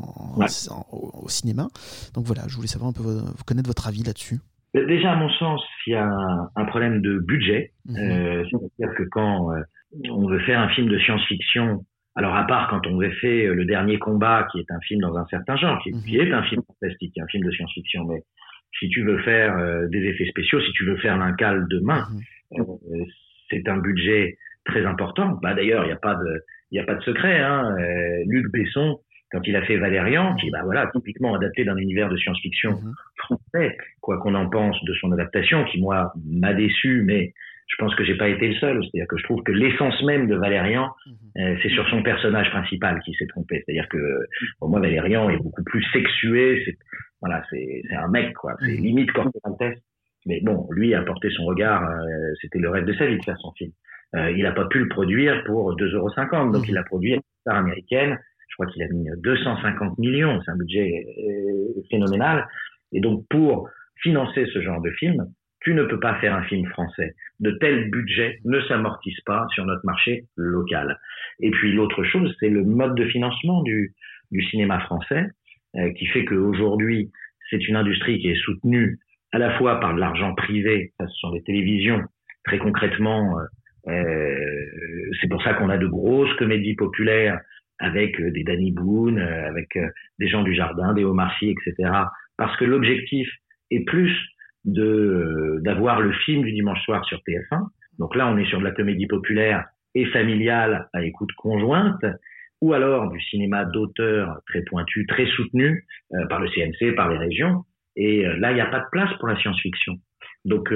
au cinéma. Donc voilà, je voulais savoir un peu vous connaître votre avis là-dessus. Déjà, à mon sens, il y a un problème de budget. C'est-à-dire que quand on veut faire un film de science-fiction, alors à part quand on veut faire Le Dernier Combat, qui est un film dans un certain genre, qui est un film fantastique, un film de science-fiction, mais si tu veux faire des effets spéciaux, si tu veux faire l'Alain Cale demain, c'est un budget très important. Bah, d'ailleurs, il n'y a pas de secret. Luc Besson, quand il a fait Valérian, qui est typiquement adapté d'un univers de science-fiction français, quoi qu'on en pense de son adaptation, qui moi m'a déçu, mais je pense que j'ai pas été le seul. C'est-à-dire que je trouve que l'essence même de Valérian, c'est sur son personnage principal qui s'est trompé. C'est-à-dire que pour moi Valérian est beaucoup plus sexué. C'est un mec, quoi. C'est limite Corporal Test. Mais bon, lui a porté son regard. C'était le rêve de sa vie de faire son film. Il a pas pu le produire pour 2,50 €. Donc il l'a produit à une star américaine. Je crois qu'il a mis 250 millions, c'est un budget phénoménal. Et donc, pour financer ce genre de film, tu ne peux pas faire un film français. De tels budgets ne s'amortissent pas sur notre marché local. Et puis, l'autre chose, c'est le mode de financement du cinéma français, qui fait qu'aujourd'hui, c'est une industrie qui est soutenue à la fois par de l'argent privé, ça, ce sont les télévisions, très concrètement, c'est pour ça qu'on a de grosses comédies populaires avec des Danny Boone, avec des Jean Dujardin, des Omar Sy, etc. Parce que l'objectif est plus d'avoir le film du dimanche soir sur TF1. Donc là, on est sur de la comédie populaire et familiale à écoute conjointe, ou alors du cinéma d'auteur très pointu, très soutenu par le CNC, par les régions. Et là, il n'y a pas de place pour la science-fiction. Donc,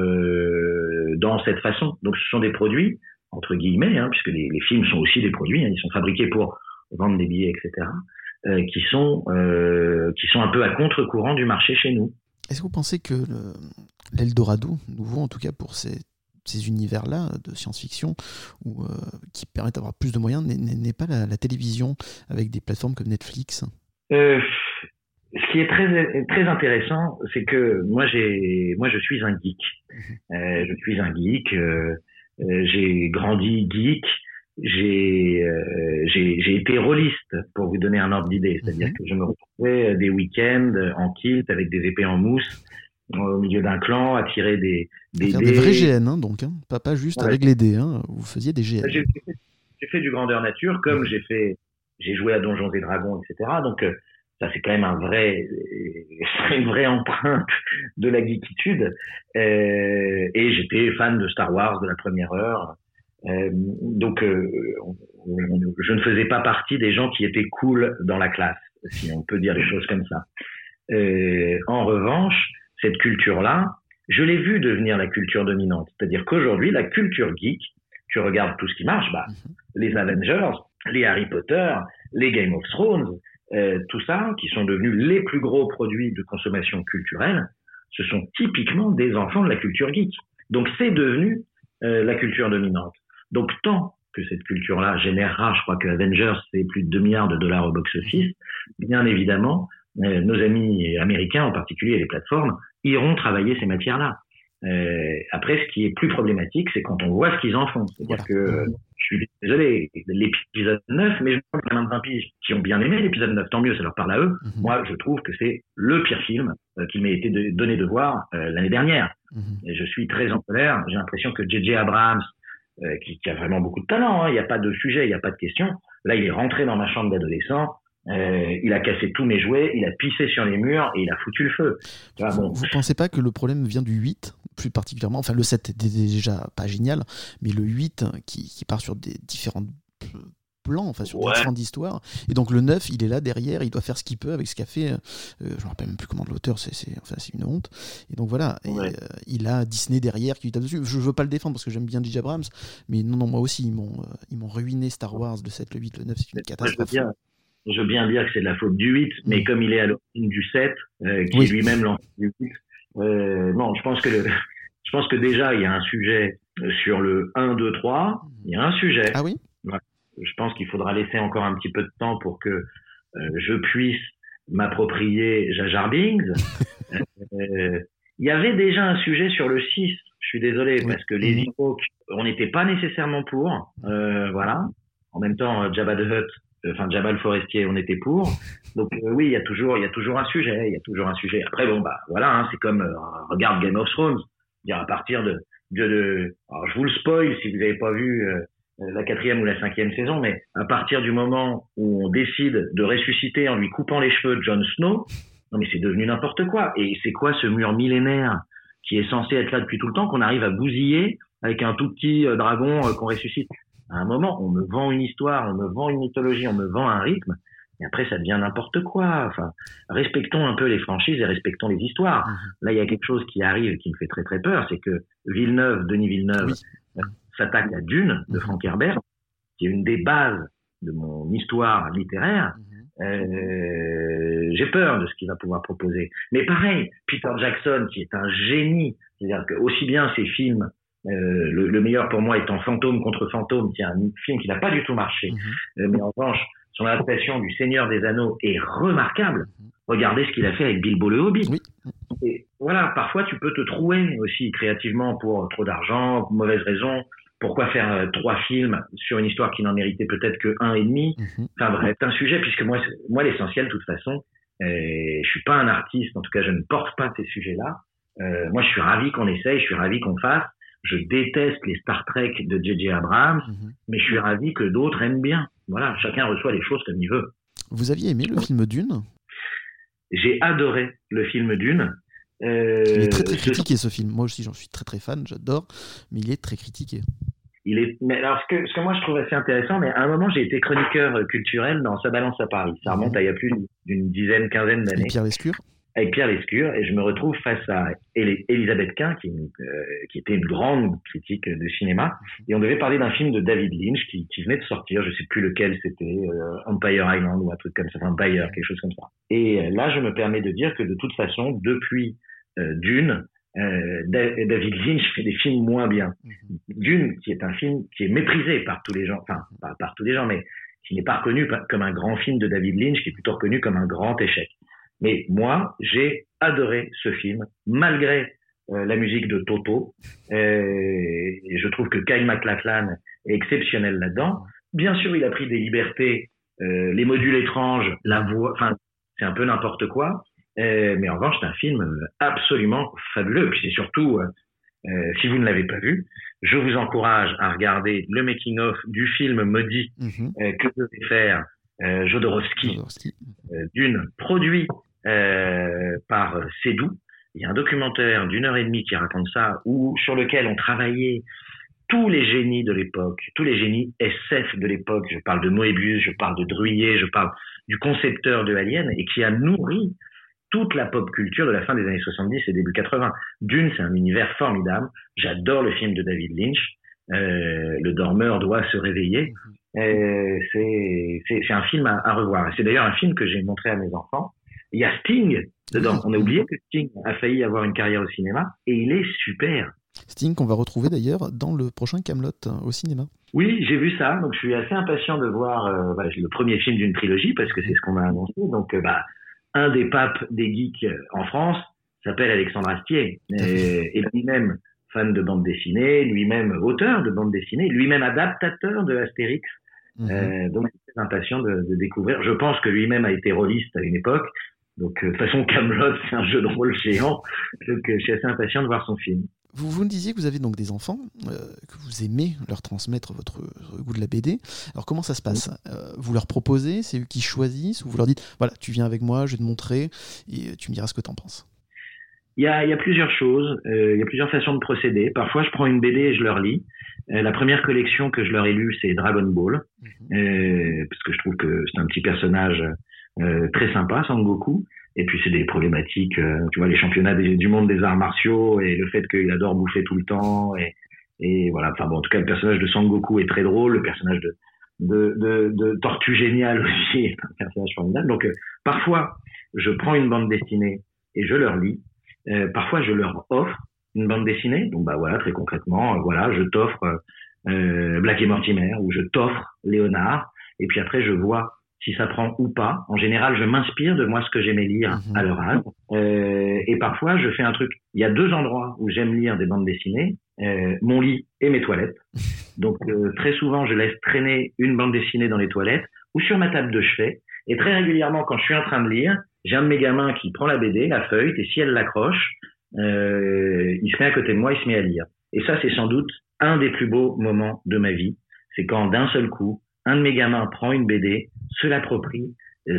dans cette façon, donc ce sont des produits entre guillemets, puisque les films sont aussi des produits, ils sont fabriqués pour vendre des billets, etc., qui sont un peu à contre-courant du marché chez nous. Est-ce que vous pensez que l'Eldorado, nouveau en tout cas pour ces univers-là de science-fiction, qui permettent d'avoir plus de moyens, n'est pas la télévision avec des plateformes comme Netflix ? Ce qui est très très intéressant, c'est que moi je suis un geek. Je suis un geek. J'ai grandi geek, j'ai été rôliste, pour vous donner un ordre d'idée. C'est-à-dire que je me retrouvais des week-ends en kilt avec des épées en mousse au milieu d'un clan à tirer des dés. Des vrais GN, donc, pas juste avec les dés, vous faisiez des GN. J'ai fait du grandeur nature, comme j'ai joué à Donjons et Dragons, etc. Donc ça, c'est quand même une vraie empreinte de la geekitude. Et j'étais fan de Star Wars de la première heure. Donc, je ne faisais pas partie des gens qui étaient cool dans la classe, si on peut dire les choses comme ça. En revanche, cette culture-là, je l'ai vue devenir la culture dominante. C'est-à-dire qu'aujourd'hui, la culture geek, tu regardes tout ce qui marche, les Avengers, les Harry Potter, les Game of Thrones, tout ça, qui sont devenus les plus gros produits de consommation culturelle, ce sont typiquement des enfants de la culture geek. Donc c'est devenu la culture dominante. Donc tant que cette culture-là générera, je crois que Avengers, c'est plus de 2 milliards de dollars au box-office, bien évidemment, nos amis américains, en particulier les plateformes, iront travailler ces matières-là. Après, ce qui est plus problématique, c'est quand on voit ce qu'ils en font. C'est-à-dire que, je suis désolé, l'épisode 9, mais je pense que les 20 piges qui ont bien aimé l'épisode 9, tant mieux, ça leur parle à eux. Moi, je trouve que c'est le pire film qu'il m'ait été donné de voir l'année dernière. Et je suis très en colère. J'ai l'impression que J.J. Abrams, qui a vraiment beaucoup de talent, il n'y a pas de sujet, il n'y a pas de question. Là, il est rentré dans ma chambre d'adolescent. Il a cassé tous mes jouets, il a pissé sur les murs et il a foutu le feu. Vous pensez pas que le problème vient du 8, plus particulièrement, enfin le 7 était déjà pas génial, mais le 8 qui part sur des différentes plans, enfin sur différentes histoires. Et donc le 9, il est là derrière, il doit faire ce qu'il peut avec ce qu'a fait. Je me rappelle même plus comment de l'auteur, c'est une honte. Et donc voilà, il a Disney derrière qui lui tape dessus. Je veux pas le défendre parce que j'aime bien J.J. Abrams, mais non, moi aussi ils m'ont ruiné Star Wars, le 7, le 8, le 9, c'est une catastrophe. Je veux bien dire que c'est de la faute du 8, mais comme il est à l'origine du 7, qui est lui-même l'enfant du 8, non, je pense que déjà il y a un sujet sur le 1, 2, 3, il y a un sujet. Ah oui? Ouais. Je pense qu'il faudra laisser encore un petit peu de temps pour que je puisse m'approprier Jar Jar Binks. Il y avait déjà un sujet sur le 6, je suis désolé, parce que les Ewoks, on n'était pas nécessairement pour, voilà. En même temps, Jabba the Hutt, Jabba le Forestier, on était pour. Donc oui, il y a toujours un sujet, Après bon voilà, c'est comme regarde Game of Thrones, dire à partir de alors je vous le spoil si vous n'avez pas vu la 4e ou la 5e saison, mais à partir du moment où on décide de ressusciter en lui coupant les cheveux de Jon Snow, non mais c'est devenu n'importe quoi. Et c'est quoi ce mur millénaire qui est censé être là depuis tout le temps qu'on arrive à bousiller avec un tout petit dragon qu'on ressuscite? À un moment, on me vend une histoire, on me vend une mythologie, on me vend un rythme, et après ça devient n'importe quoi. Enfin, respectons un peu les franchises et respectons les histoires. Là, il y a quelque chose qui arrive et qui me fait très très peur, c'est que Denis Villeneuve s'attaque à Dune de Frank Herbert, qui est une des bases de mon histoire littéraire. J'ai peur de ce qu'il va pouvoir proposer. Mais pareil, Peter Jackson, qui est un génie, c'est-à-dire que aussi bien ses films, le meilleur pour moi étant Fantôme contre Fantôme, qui est un film qui n'a pas du tout marché, mais en revanche, son adaptation du Seigneur des Anneaux est remarquable. Regardez ce qu'il a fait avec Bilbo le Hobbit. Oui. Et voilà, parfois tu peux te trouer aussi créativement pour trop d'argent, pour mauvaises raisons. Pourquoi faire 3 films sur une histoire qui n'en méritait peut-être que 1,5 ? Enfin bref, c'est un sujet, puisque moi l'essentiel, de toute façon, je suis pas un artiste, en tout cas je ne porte pas ces sujets-là. Moi je suis ravi qu'on essaye, je suis ravi qu'on fasse. Je déteste les Star Trek de J.J. Abrams, mais je suis ravi que d'autres aiment bien. Voilà, chacun reçoit les choses comme il veut. Vous aviez aimé le film Dune ? J'ai adoré le film Dune. Il est très très critiqué ce film. Moi aussi j'en suis très très fan, j'adore, mais il est très critiqué. Mais alors ce que moi je trouve assez intéressant, mais à un moment j'ai été chroniqueur culturel dans Ça balance à Paris. Ça remonte à il y a plus d'une quinzaine d'années. Avec Pierre Lescure. Avec Pierre Lescure, et je me retrouve face à Elisabeth Quint, qui était une grande critique de cinéma, et on devait parler d'un film de David Lynch qui venait de sortir, je sais plus lequel c'était, Empire Island ou un truc comme ça, Empire, quelque chose comme ça. Et là, je me permets de dire que de toute façon, depuis Dune, David Lynch fait des films moins bien. Dune, qui est un film qui est méprisé par tous les gens, enfin, pas par tous les gens, mais qui n'est pas reconnu comme un grand film de David Lynch, qui est plutôt reconnu comme un grand échec. Mais moi, j'ai adoré ce film, malgré la musique de Toto. Et je trouve que Kyle MacLachlan est exceptionnel là-dedans. Bien sûr, il a pris des libertés, les modules étranges, la voix, enfin, c'est un peu n'importe quoi. Mais en revanche, c'est un film absolument fabuleux. Puis c'est surtout, si vous ne l'avez pas vu, je vous encourage à regarder le making-of du film maudit que devait faire Jodorowsky, Dune, produit par Seydoux. Il y a un documentaire d'1h30 qui raconte ça, sur lequel ont travaillé tous les génies de l'époque, tous les génies SF de l'époque. Je parle de Moebius, je parle de Druillet, je parle du concepteur de Alien, et qui a nourri toute la pop culture de la fin des années 70 et début 80. Dune, c'est un univers formidable. J'adore le film de David Lynch. Le dormeur doit se réveiller. C'est un film à revoir. C'est d'ailleurs un film que j'ai montré à mes enfants. Il y a Sting dedans. On a oublié que Sting a failli avoir une carrière au cinéma, et il est super. Sting qu'on va retrouver d'ailleurs dans le prochain Kaamelott au cinéma. Oui, j'ai vu ça. Donc je suis assez impatient de voir le premier film d'une trilogie, parce que c'est ce qu'on m'a annoncé. Donc un des papes des geeks en France s'appelle Alexandre Astier, et lui-même fan de bande dessinée, lui-même auteur de bande dessinée, lui-même adaptateur de Astérix. Donc je suis impatient de découvrir. Je pense que lui-même a été rôliste à une époque. Donc de toute façon, Kaamelott, c'est un jeu de rôle géant. Donc je suis assez impatient de voir son film. Vous me disiez que vous avez donc des enfants, que vous aimez leur transmettre votre goût de la BD. Alors comment ça se passe ? Vous leur proposez, c'est eux qui choisissent, ou vous leur dites, voilà, tu viens avec moi, je vais te montrer, et tu me diras ce que tu en penses ? Il y a plusieurs choses, il y a plusieurs façons de procéder. Parfois, je prends une BD et je leur lis. La première collection que je leur ai lue, c'est Dragon Ball, parce que je trouve que c'est un petit personnage très sympa, Sangoku. Et puis c'est des problématiques, tu vois, les championnats du monde des arts martiaux et le fait qu'il adore bouffer tout le temps et voilà. Enfin bon, en tout cas, le personnage de Sangoku est très drôle, le personnage de Tortue Géniale aussi est un personnage formidable. Donc parfois, je prends une bande dessinée et je leur lis. Parfois, je leur offre une bande dessinée. Donc bah voilà, très concrètement, voilà, je t'offre Black et Mortimer ou je t'offre Léonard. Et puis après, je vois si ça prend ou pas. En général, je m'inspire de moi ce que j'aimais lire à leur âge. Et parfois, je fais un truc. Il y a 2 endroits où j'aime lire des bandes dessinées. Mon lit et mes toilettes. Donc, très souvent, je laisse traîner une bande dessinée dans les toilettes ou sur ma table de chevet. Et très régulièrement, quand je suis en train de lire, j'ai un de mes gamins qui prend la BD, la feuille, et si elle l'accroche, il se met à côté de moi, il se met à lire. Et ça, c'est sans doute un des plus beaux moments de ma vie. C'est quand, d'un seul coup, un de mes gamins prend une BD, se l'approprie,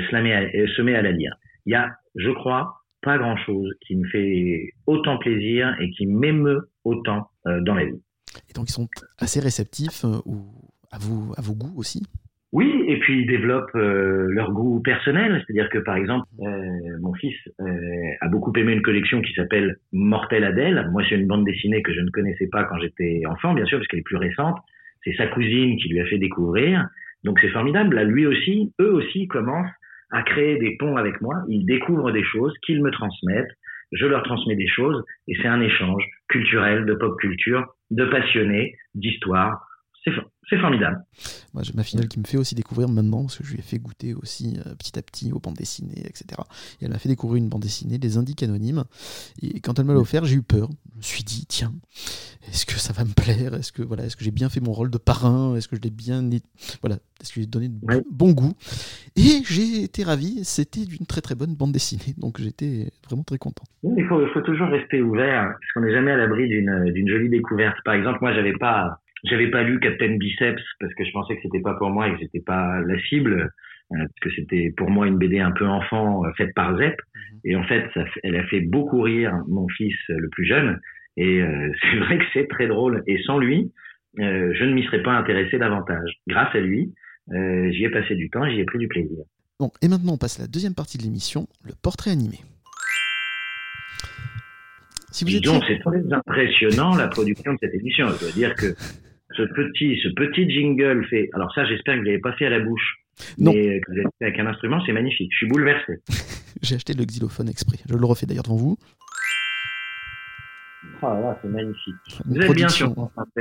se met à la lire. Il y a, je crois, pas grand-chose qui me fait autant plaisir et qui m'émeut autant dans la vie. Et donc ils sont assez réceptifs à vos goûts aussi? Oui, et puis ils développent leur goût personnel. C'est-à-dire que, par exemple, mon fils a beaucoup aimé une collection qui s'appelle Mortel Adèle. Moi, c'est une bande dessinée que je ne connaissais pas quand j'étais enfant, bien sûr, parce qu'elle est plus récente. C'est sa cousine qui lui a fait découvrir. Donc c'est formidable. Là, eux aussi commencent à créer des ponts avec moi. Ils découvrent des choses qu'ils me transmettent. Je leur transmets des choses et c'est un échange culturel, de pop culture, de passionnés, d'histoire. C'est formidable. Moi, j'ai ma filleule qui me fait aussi découvrir maintenant, parce que je lui ai fait goûter aussi petit à petit aux bandes dessinées, etc. Et elle m'a fait découvrir une bande dessinée, Les Indiques Anonymes. Et quand elle me l'a offert, j'ai eu peur. Je me suis dit, tiens, est-ce que ça va me plaire ? Est-ce que j'ai bien fait mon rôle de parrain ? Est-ce que je l'ai bien... Est-ce que j'ai donné de bon goût ? Et j'ai été ravi. C'était d'une très très bonne bande dessinée. Donc j'étais vraiment très content. Il faut toujours rester ouvert, parce qu'on n'est jamais à l'abri d'une jolie découverte. Par exemple, moi, j'avais pas lu Captain Biceps parce que je pensais que c'était pas pour moi et que c'était pas la cible, parce que c'était pour moi une BD un peu enfant faite par Zep. Et en fait, elle a fait beaucoup rire mon fils le plus jeune. Et c'est vrai que c'est très drôle. Et sans lui, je ne m'y serais pas intéressé davantage. Grâce à lui, j'y ai passé du temps, j'y ai pris du plaisir. Bon, et maintenant on passe à la deuxième partie de l'émission, le portrait animé. Donc, c'est très impressionnant la production de cette émission. Je dois dire que ce petit jingle fait. Alors ça, j'espère que vous l'avez pas fait à la bouche, non, mais que vous l'avez fait avec un instrument, c'est magnifique. Je suis bouleversé. J'ai acheté le xylophone exprès. Je le refais d'ailleurs devant vous. Oh là, c'est magnifique. Vous êtes bien sûr.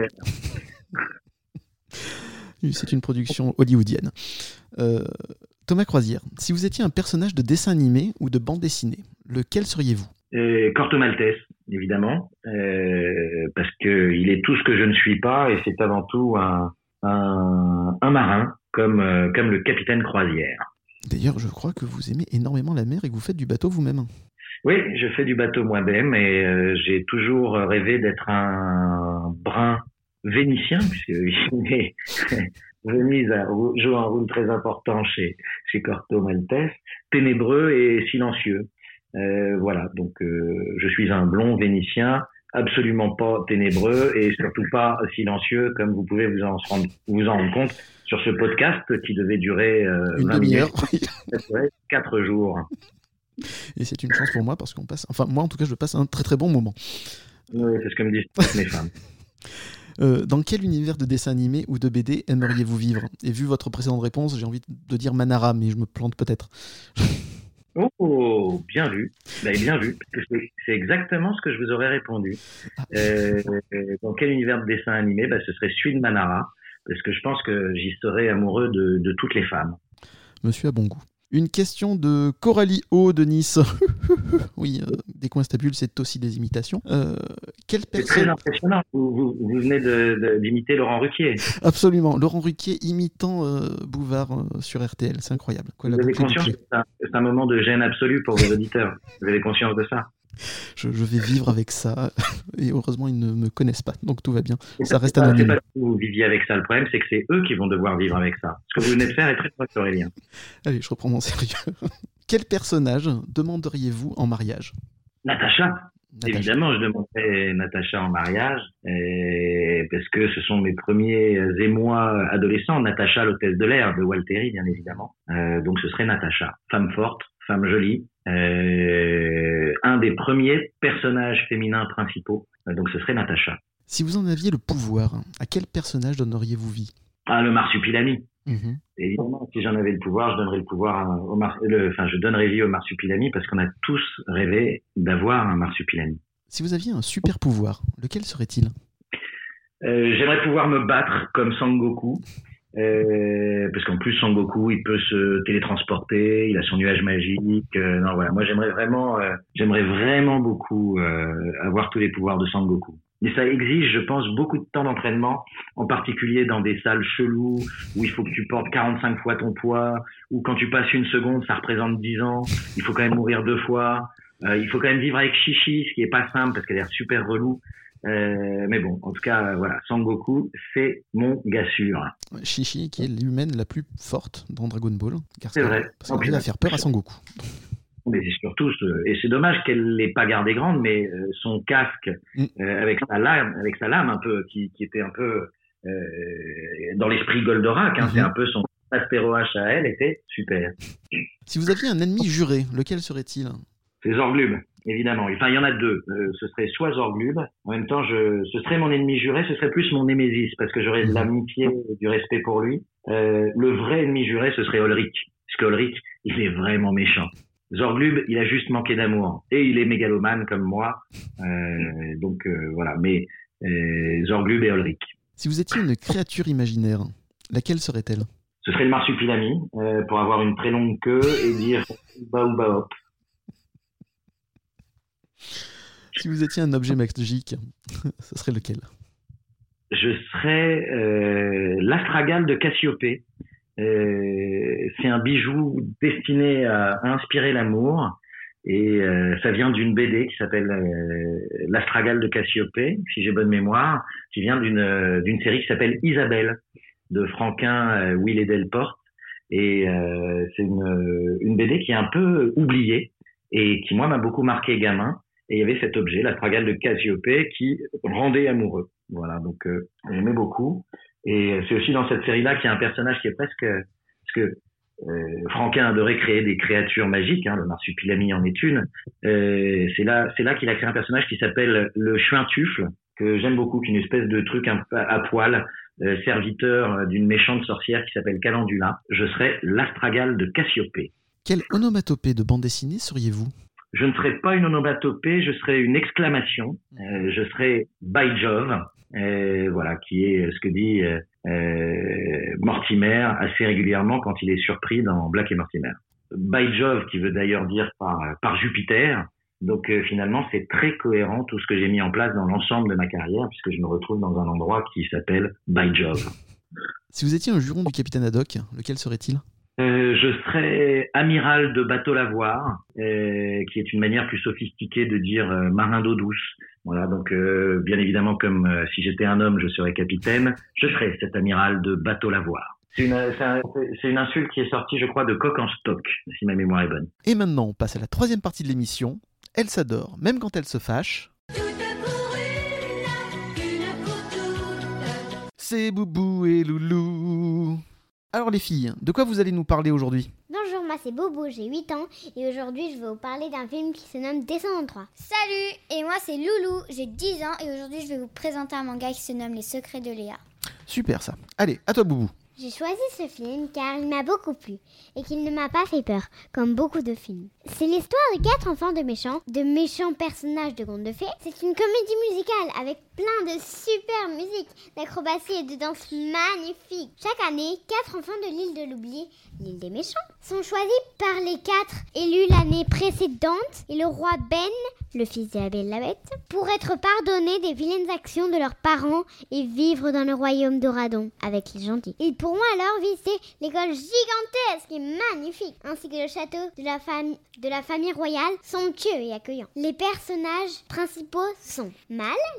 C'est une production hollywoodienne. Thomas Croisière, si vous étiez un personnage de dessin animé ou de bande dessinée, lequel seriez-vous ? Corto Maltese, évidemment, parce que il est tout ce que je ne suis pas et c'est avant tout un marin comme le capitaine Croisière. D'ailleurs, je crois que vous aimez énormément la mer et que vous faites du bateau vous-même. Oui, je fais du bateau moi-même et j'ai toujours rêvé d'être un brin vénitien, puisque Venise joue un rôle très important chez Corto Maltese, ténébreux et silencieux. Voilà, donc je suis un blond vénitien, absolument pas ténébreux et surtout pas silencieux, comme vous pouvez vous en rendre compte sur ce podcast qui devait durer une demi-heure, 4 jours. Et c'est une chance pour moi parce qu'on passe, enfin moi en tout cas je passe un très très bon moment. Oui, c'est ce que me disent toutes mes femmes. Dans quel univers de dessin animé ou de BD aimeriez-vous vivre ? Et vu votre précédente réponse, j'ai envie de dire Manara, mais je me plante peut-être. Oh, bien vu. Bien vu. Parce que c'est exactement ce que je vous aurais répondu. Dans quel univers de dessin animé ? Ce serait celui de Manara, parce que je pense que j'y serais amoureux de toutes les femmes. Monsieur a bon goût. Une question de Coralie O de Nice. Oui, des coinstabules, c'est aussi des imitations. C'est très impressionnant. Vous venez d'imiter Laurent Ruquier. Absolument. Laurent Ruquier imitant Bouvard sur RTL. C'est incroyable. Vous avez conscience que c'est un moment de gêne absolue pour vos auditeurs. Vous avez conscience de ça ? Je vais vivre avec ça. Et heureusement, ils ne me connaissent pas. Donc tout va bien. Ça reste anonyme. C'est pas que vous viviez avec ça. Le problème, c'est que c'est eux qui vont devoir vivre avec ça. Ce que vous venez de faire est très correct, Aurélien. Allez, je reprends mon sérieux. Quel personnage demanderiez-vous en mariage ? Natacha. Natacha. Évidemment, je demanderai Natacha en mariage, parce que ce sont mes premiers émois adolescents. Natacha, l'hôtesse de l'air de Walteri, bien évidemment. Donc ce serait Natacha, femme forte, femme jolie, un des premiers personnages féminins principaux. Donc ce serait Natacha. Si vous en aviez le pouvoir, à quel personnage donneriez-vous vie ? Ah, le marsupilami. Mhm. Évidemment, si j'en avais le pouvoir, je donnerais le pouvoir je donnerais vie au marsupilami parce qu'on a tous rêvé d'avoir un marsupilami. Si vous aviez un super pouvoir, lequel serait-il ? J'aimerais pouvoir me battre comme Sangoku, parce qu'en plus Sangoku, il peut se télétransporter, il a son nuage magique. Non, voilà, moi j'aimerais vraiment beaucoup avoir tous les pouvoirs de Sangoku. Mais ça exige, je pense, beaucoup de temps d'entraînement, en particulier dans des salles cheloues, où il faut que tu portes 45 fois ton poids, où quand tu passes une seconde, ça représente 10 ans, il faut quand même mourir 2 fois, il faut quand même vivre avec Chichi, ce qui est pas simple, parce qu'elle a l'air super relou. Mais bon, en tout cas, voilà, Sangoku, c'est mon gars sûr. Chichi, qui est l'humaine la plus forte dans Dragon Ball. Car C'est vrai. Parce qu'elle va faire peur à Sangoku. Mais c'est surtout, et c'est dommage qu'elle l'ait pas gardé grande, mais son casque avec sa lame un peu, qui était un peu dans l'esprit Goldorak, c'est un peu son Astero H à elle, était super. Si vous aviez un ennemi juré, lequel serait-il ? C'est Zorglub, évidemment. Enfin, il y en a deux. Ce serait soit Zorglub, en même temps, ce serait mon ennemi juré, ce serait plus mon némésis, parce que j'aurais de l'amitié et du respect pour lui. Le vrai ennemi juré, ce serait Ulrich, parce qu'Ulrich, il est vraiment méchant. Zorglub, il a juste manqué d'amour. Et il est mégalomane comme moi. Donc voilà, mais Zorglub et Ulrich. Si vous étiez une créature imaginaire, laquelle serait-elle ? Ce serait le marsupilami, pour avoir une très longue queue et dire « baou-baop ». Si vous étiez un objet magique, ce serait lequel ? Je serais l'astragale de Cassiopée. C'est un bijou destiné à inspirer l'amour et ça vient d'une BD qui s'appelle l'Astragale de Cassiopée, si j'ai bonne mémoire, qui vient d'une série qui s'appelle Isabelle de Franquin Will Delporte et c'est une BD qui est un peu oubliée et qui moi m'a beaucoup marqué gamin et il y avait cet objet, l'Astragale de Cassiopée, qui rendait amoureux. Voilà, donc j'aimais beaucoup. Et c'est aussi dans cette série-là qu'il y a un personnage qui est presque... Parce que Franquin adorait créer des créatures magiques, le marsupilami en est une. C'est là qu'il a créé un personnage qui s'appelle le Chuintufle, que j'aime beaucoup, qui est une espèce de truc à poil, serviteur d'une méchante sorcière qui s'appelle Calendula. Je serais l'astragale de Cassiopée. Quelle onomatopée de bande dessinée seriez-vous ? Je ne serais pas une onomatopée, je serais une exclamation. Je serais by Jove. Voilà, qui est ce que dit Mortimer assez régulièrement quand il est surpris dans Black et Mortimer. By Jove, qui veut d'ailleurs dire par Jupiter. Donc finalement, c'est très cohérent tout ce que j'ai mis en place dans l'ensemble de ma carrière, puisque je me retrouve dans un endroit qui s'appelle By Jove. Si vous étiez un juron du capitaine Haddock, lequel serait-il ? Je serais amiral de bateau lavoir, qui est une manière plus sophistiquée de dire marin d'eau douce. Voilà, donc bien évidemment, comme si j'étais un homme, je serais capitaine, je serais cet amiral de bateau lavoir. C'est une insulte qui est sortie, je crois, de Coq en stock, si ma mémoire est bonne. Et maintenant, on passe à la troisième partie de l'émission. Elle s'adore, même quand elle se fâche. C'est Boubou et Loulou. Alors les filles, de quoi vous allez nous parler aujourd'hui ? Bonjour, moi c'est Bobo, j'ai 8 ans et aujourd'hui je vais vous parler d'un film qui se nomme Descendants 3. Salut, et moi c'est Loulou, j'ai 10 ans et aujourd'hui je vais vous présenter un manga qui se nomme Les Secrets de Léa. Super ça. Allez, à toi Boubou. J'ai choisi ce film car il m'a beaucoup plu et qu'il ne m'a pas fait peur, comme beaucoup de films. C'est l'histoire de 4 enfants de méchants personnages de contes de fées. C'est une comédie musicale avec plein de super musique, d'acrobatie et de danse magnifiques. Chaque année, 4 enfants de l'île de l'oubli, l'île des méchants, sont choisis par les 4 élus l'année précédente et le roi Ben, le fils de la Belle et la Bête, pour être pardonnés des vilaines actions de leurs parents et vivre dans le royaume d'Oradon avec les gentils. Ils pourront alors visiter l'école gigantesque et magnifique, ainsi que le château de la famille royale, somptueux et accueillant. Les personnages principaux sont Mal, la fille de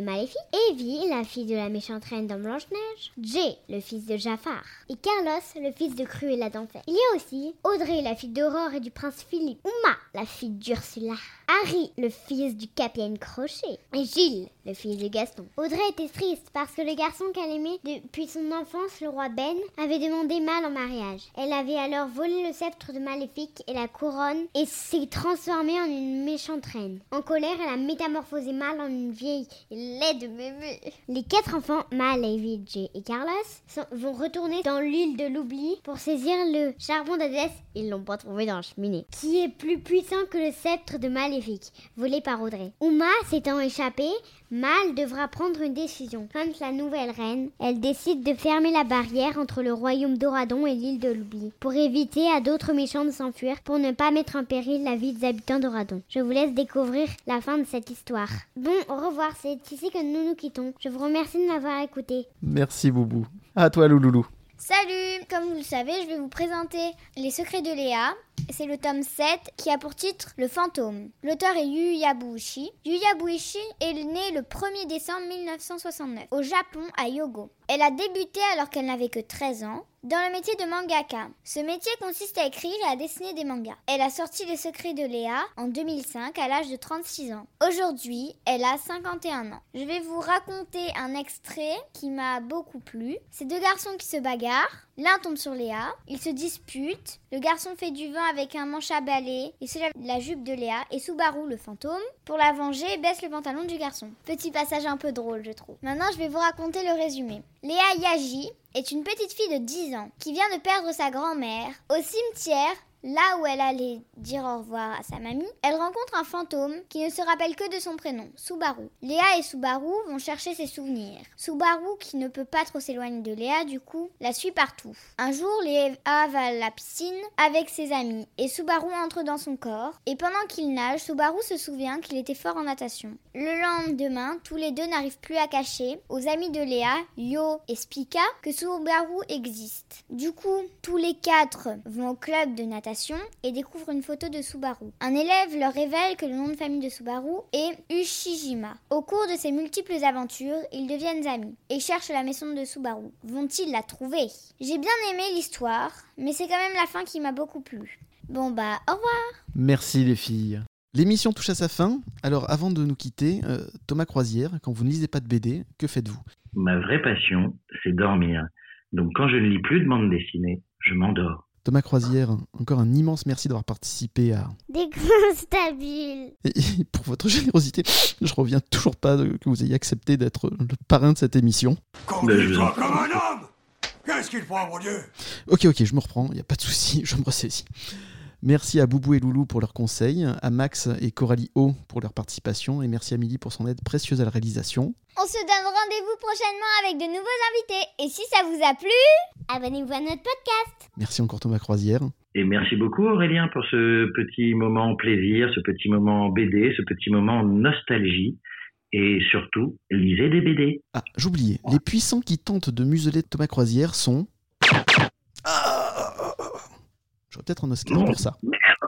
Maléfique, Evie, la fille de la méchante reine dans Blanche-Neige, Jay, le fils de Jafar, et Carlos, le fils de Cruella d'Enfer. Il y a aussi Audrey, la fille d'Aurore et du prince Philippe, Uma, la fille d'Ursula, Harry, le fils du capitaine Crochet, et Gilles, le fils de Gaston. Audrey était triste parce que le garçon qu'elle aimait depuis son enfance, le roi Ben, avait demandé Mal en mariage. Elle avait alors volé le sceptre de Maléfique et la couronne et s'est transformée en une méchante reine. En colère, elle a métamorphosé Mal en une vieille laide mémé. Les 4 enfants, Mal, Evie, Jay et Carlos, vont retourner dans l'île de l'oubli pour saisir le charbon d'Hadès. Ils l'ont pas trouvé dans la cheminée. Qui est plus puissant que le sceptre de Maléfique, volé par Audrey. Uma s'étant échappée, Mal devra prendre une décision. Quand la nouvelle reine, elle décide de fermer la barrière entre le royaume d'Oradon et l'île de l'oubli, pour éviter à d'autres méchants de s'enfuir, pour ne pas mettre en péril la vie des habitants d'Oradon. Je vous laisse découvrir la fin de cette histoire. Bon, au revoir, c'est ici que nous nous quittons. Je vous remercie de m'avoir écouté. Merci Boubou. À toi Louloulou. Salut! Comme vous le savez, je vais vous présenter Les Secrets de Léa. C'est le tome 7 qui a pour titre Le Fantôme. L'auteur est Yu Yabuichi. Yu Yabuichi est née le 1er décembre 1969 au Japon à Hyogo. Elle a débuté alors qu'elle n'avait que 13 ans dans le métier de mangaka. Ce métier consiste à écrire et à dessiner des mangas. Elle a sorti Les Secrets de Léa en 2005 à l'âge de 36 ans. Aujourd'hui, elle a 51 ans. Je vais vous raconter un extrait qui m'a beaucoup plu. C'est 2 garçons qui se bagarrent. L'un tombe sur Léa, ils se disputent. Le garçon fait du vin avec un manche à balai, il se lève la jupe de Léa et Subaru, le fantôme, pour la venger, baisse le pantalon du garçon. Petit passage un peu drôle, je trouve. Maintenant, je vais vous raconter le résumé. Léa Yaji est une petite fille de 10 ans qui vient de perdre sa grand-mère au cimetière. Là où elle allait dire au revoir à sa mamie, elle rencontre un fantôme qui ne se rappelle que de son prénom, Subaru. Léa et Subaru vont chercher ses souvenirs. Subaru, qui ne peut pas trop s'éloigner de Léa, du coup, la suit partout. Un jour, Léa va à la piscine avec ses amis et Subaru entre dans son corps. Et pendant qu'il nage, Subaru se souvient qu'il était fort en natation. Le lendemain, tous les deux n'arrivent plus à cacher aux amis de Léa, Yo et Spica, que Subaru existe. Du coup, tous les 4 vont au club de natation et découvrent une photo de Subaru. Un élève leur révèle que le nom de famille de Subaru est Ushijima. Au cours de ces multiples aventures, ils deviennent amis et cherchent la maison de Subaru. Vont-ils la trouver? J'ai bien aimé l'histoire, mais c'est quand même la fin qui m'a beaucoup plu. Bon bah, au revoir. Merci les filles. L'émission touche à sa fin, alors avant de nous quitter, Thomas Croisière, quand vous ne lisez pas de BD, que faites-vous? Ma vraie passion, c'est dormir. Donc quand je ne lis plus de bande dessinée, je m'endors. Thomas Croisière, encore un immense merci d'avoir participé à Des grands stabiles. Et pour votre générosité, je reviens toujours pas que vous ayez accepté d'être le parrain de cette émission. Conduis-toi comme un homme! Qu'est-ce qu'il prend, mon Dieu? Ok, je me reprends, il n'y a pas de souci, je me ressaisis. Merci à Boubou et Loulou pour leurs conseils, à Max et Coralie O pour leur participation, et merci à Amélie pour son aide précieuse à la réalisation. On se donne rendez-vous prochainement avec de nouveaux invités. Et si ça vous a plu, abonnez-vous à notre podcast. Merci encore Thomas Croisière. Et merci beaucoup Aurélien pour ce petit moment plaisir, ce petit moment BD, ce petit moment nostalgie. Et surtout, lisez des BD. Ah, j'oubliais, les puissants qui tentent de museler Thomas Croisière sont... J'aurais peut-être un Oscar pour ça. Merde.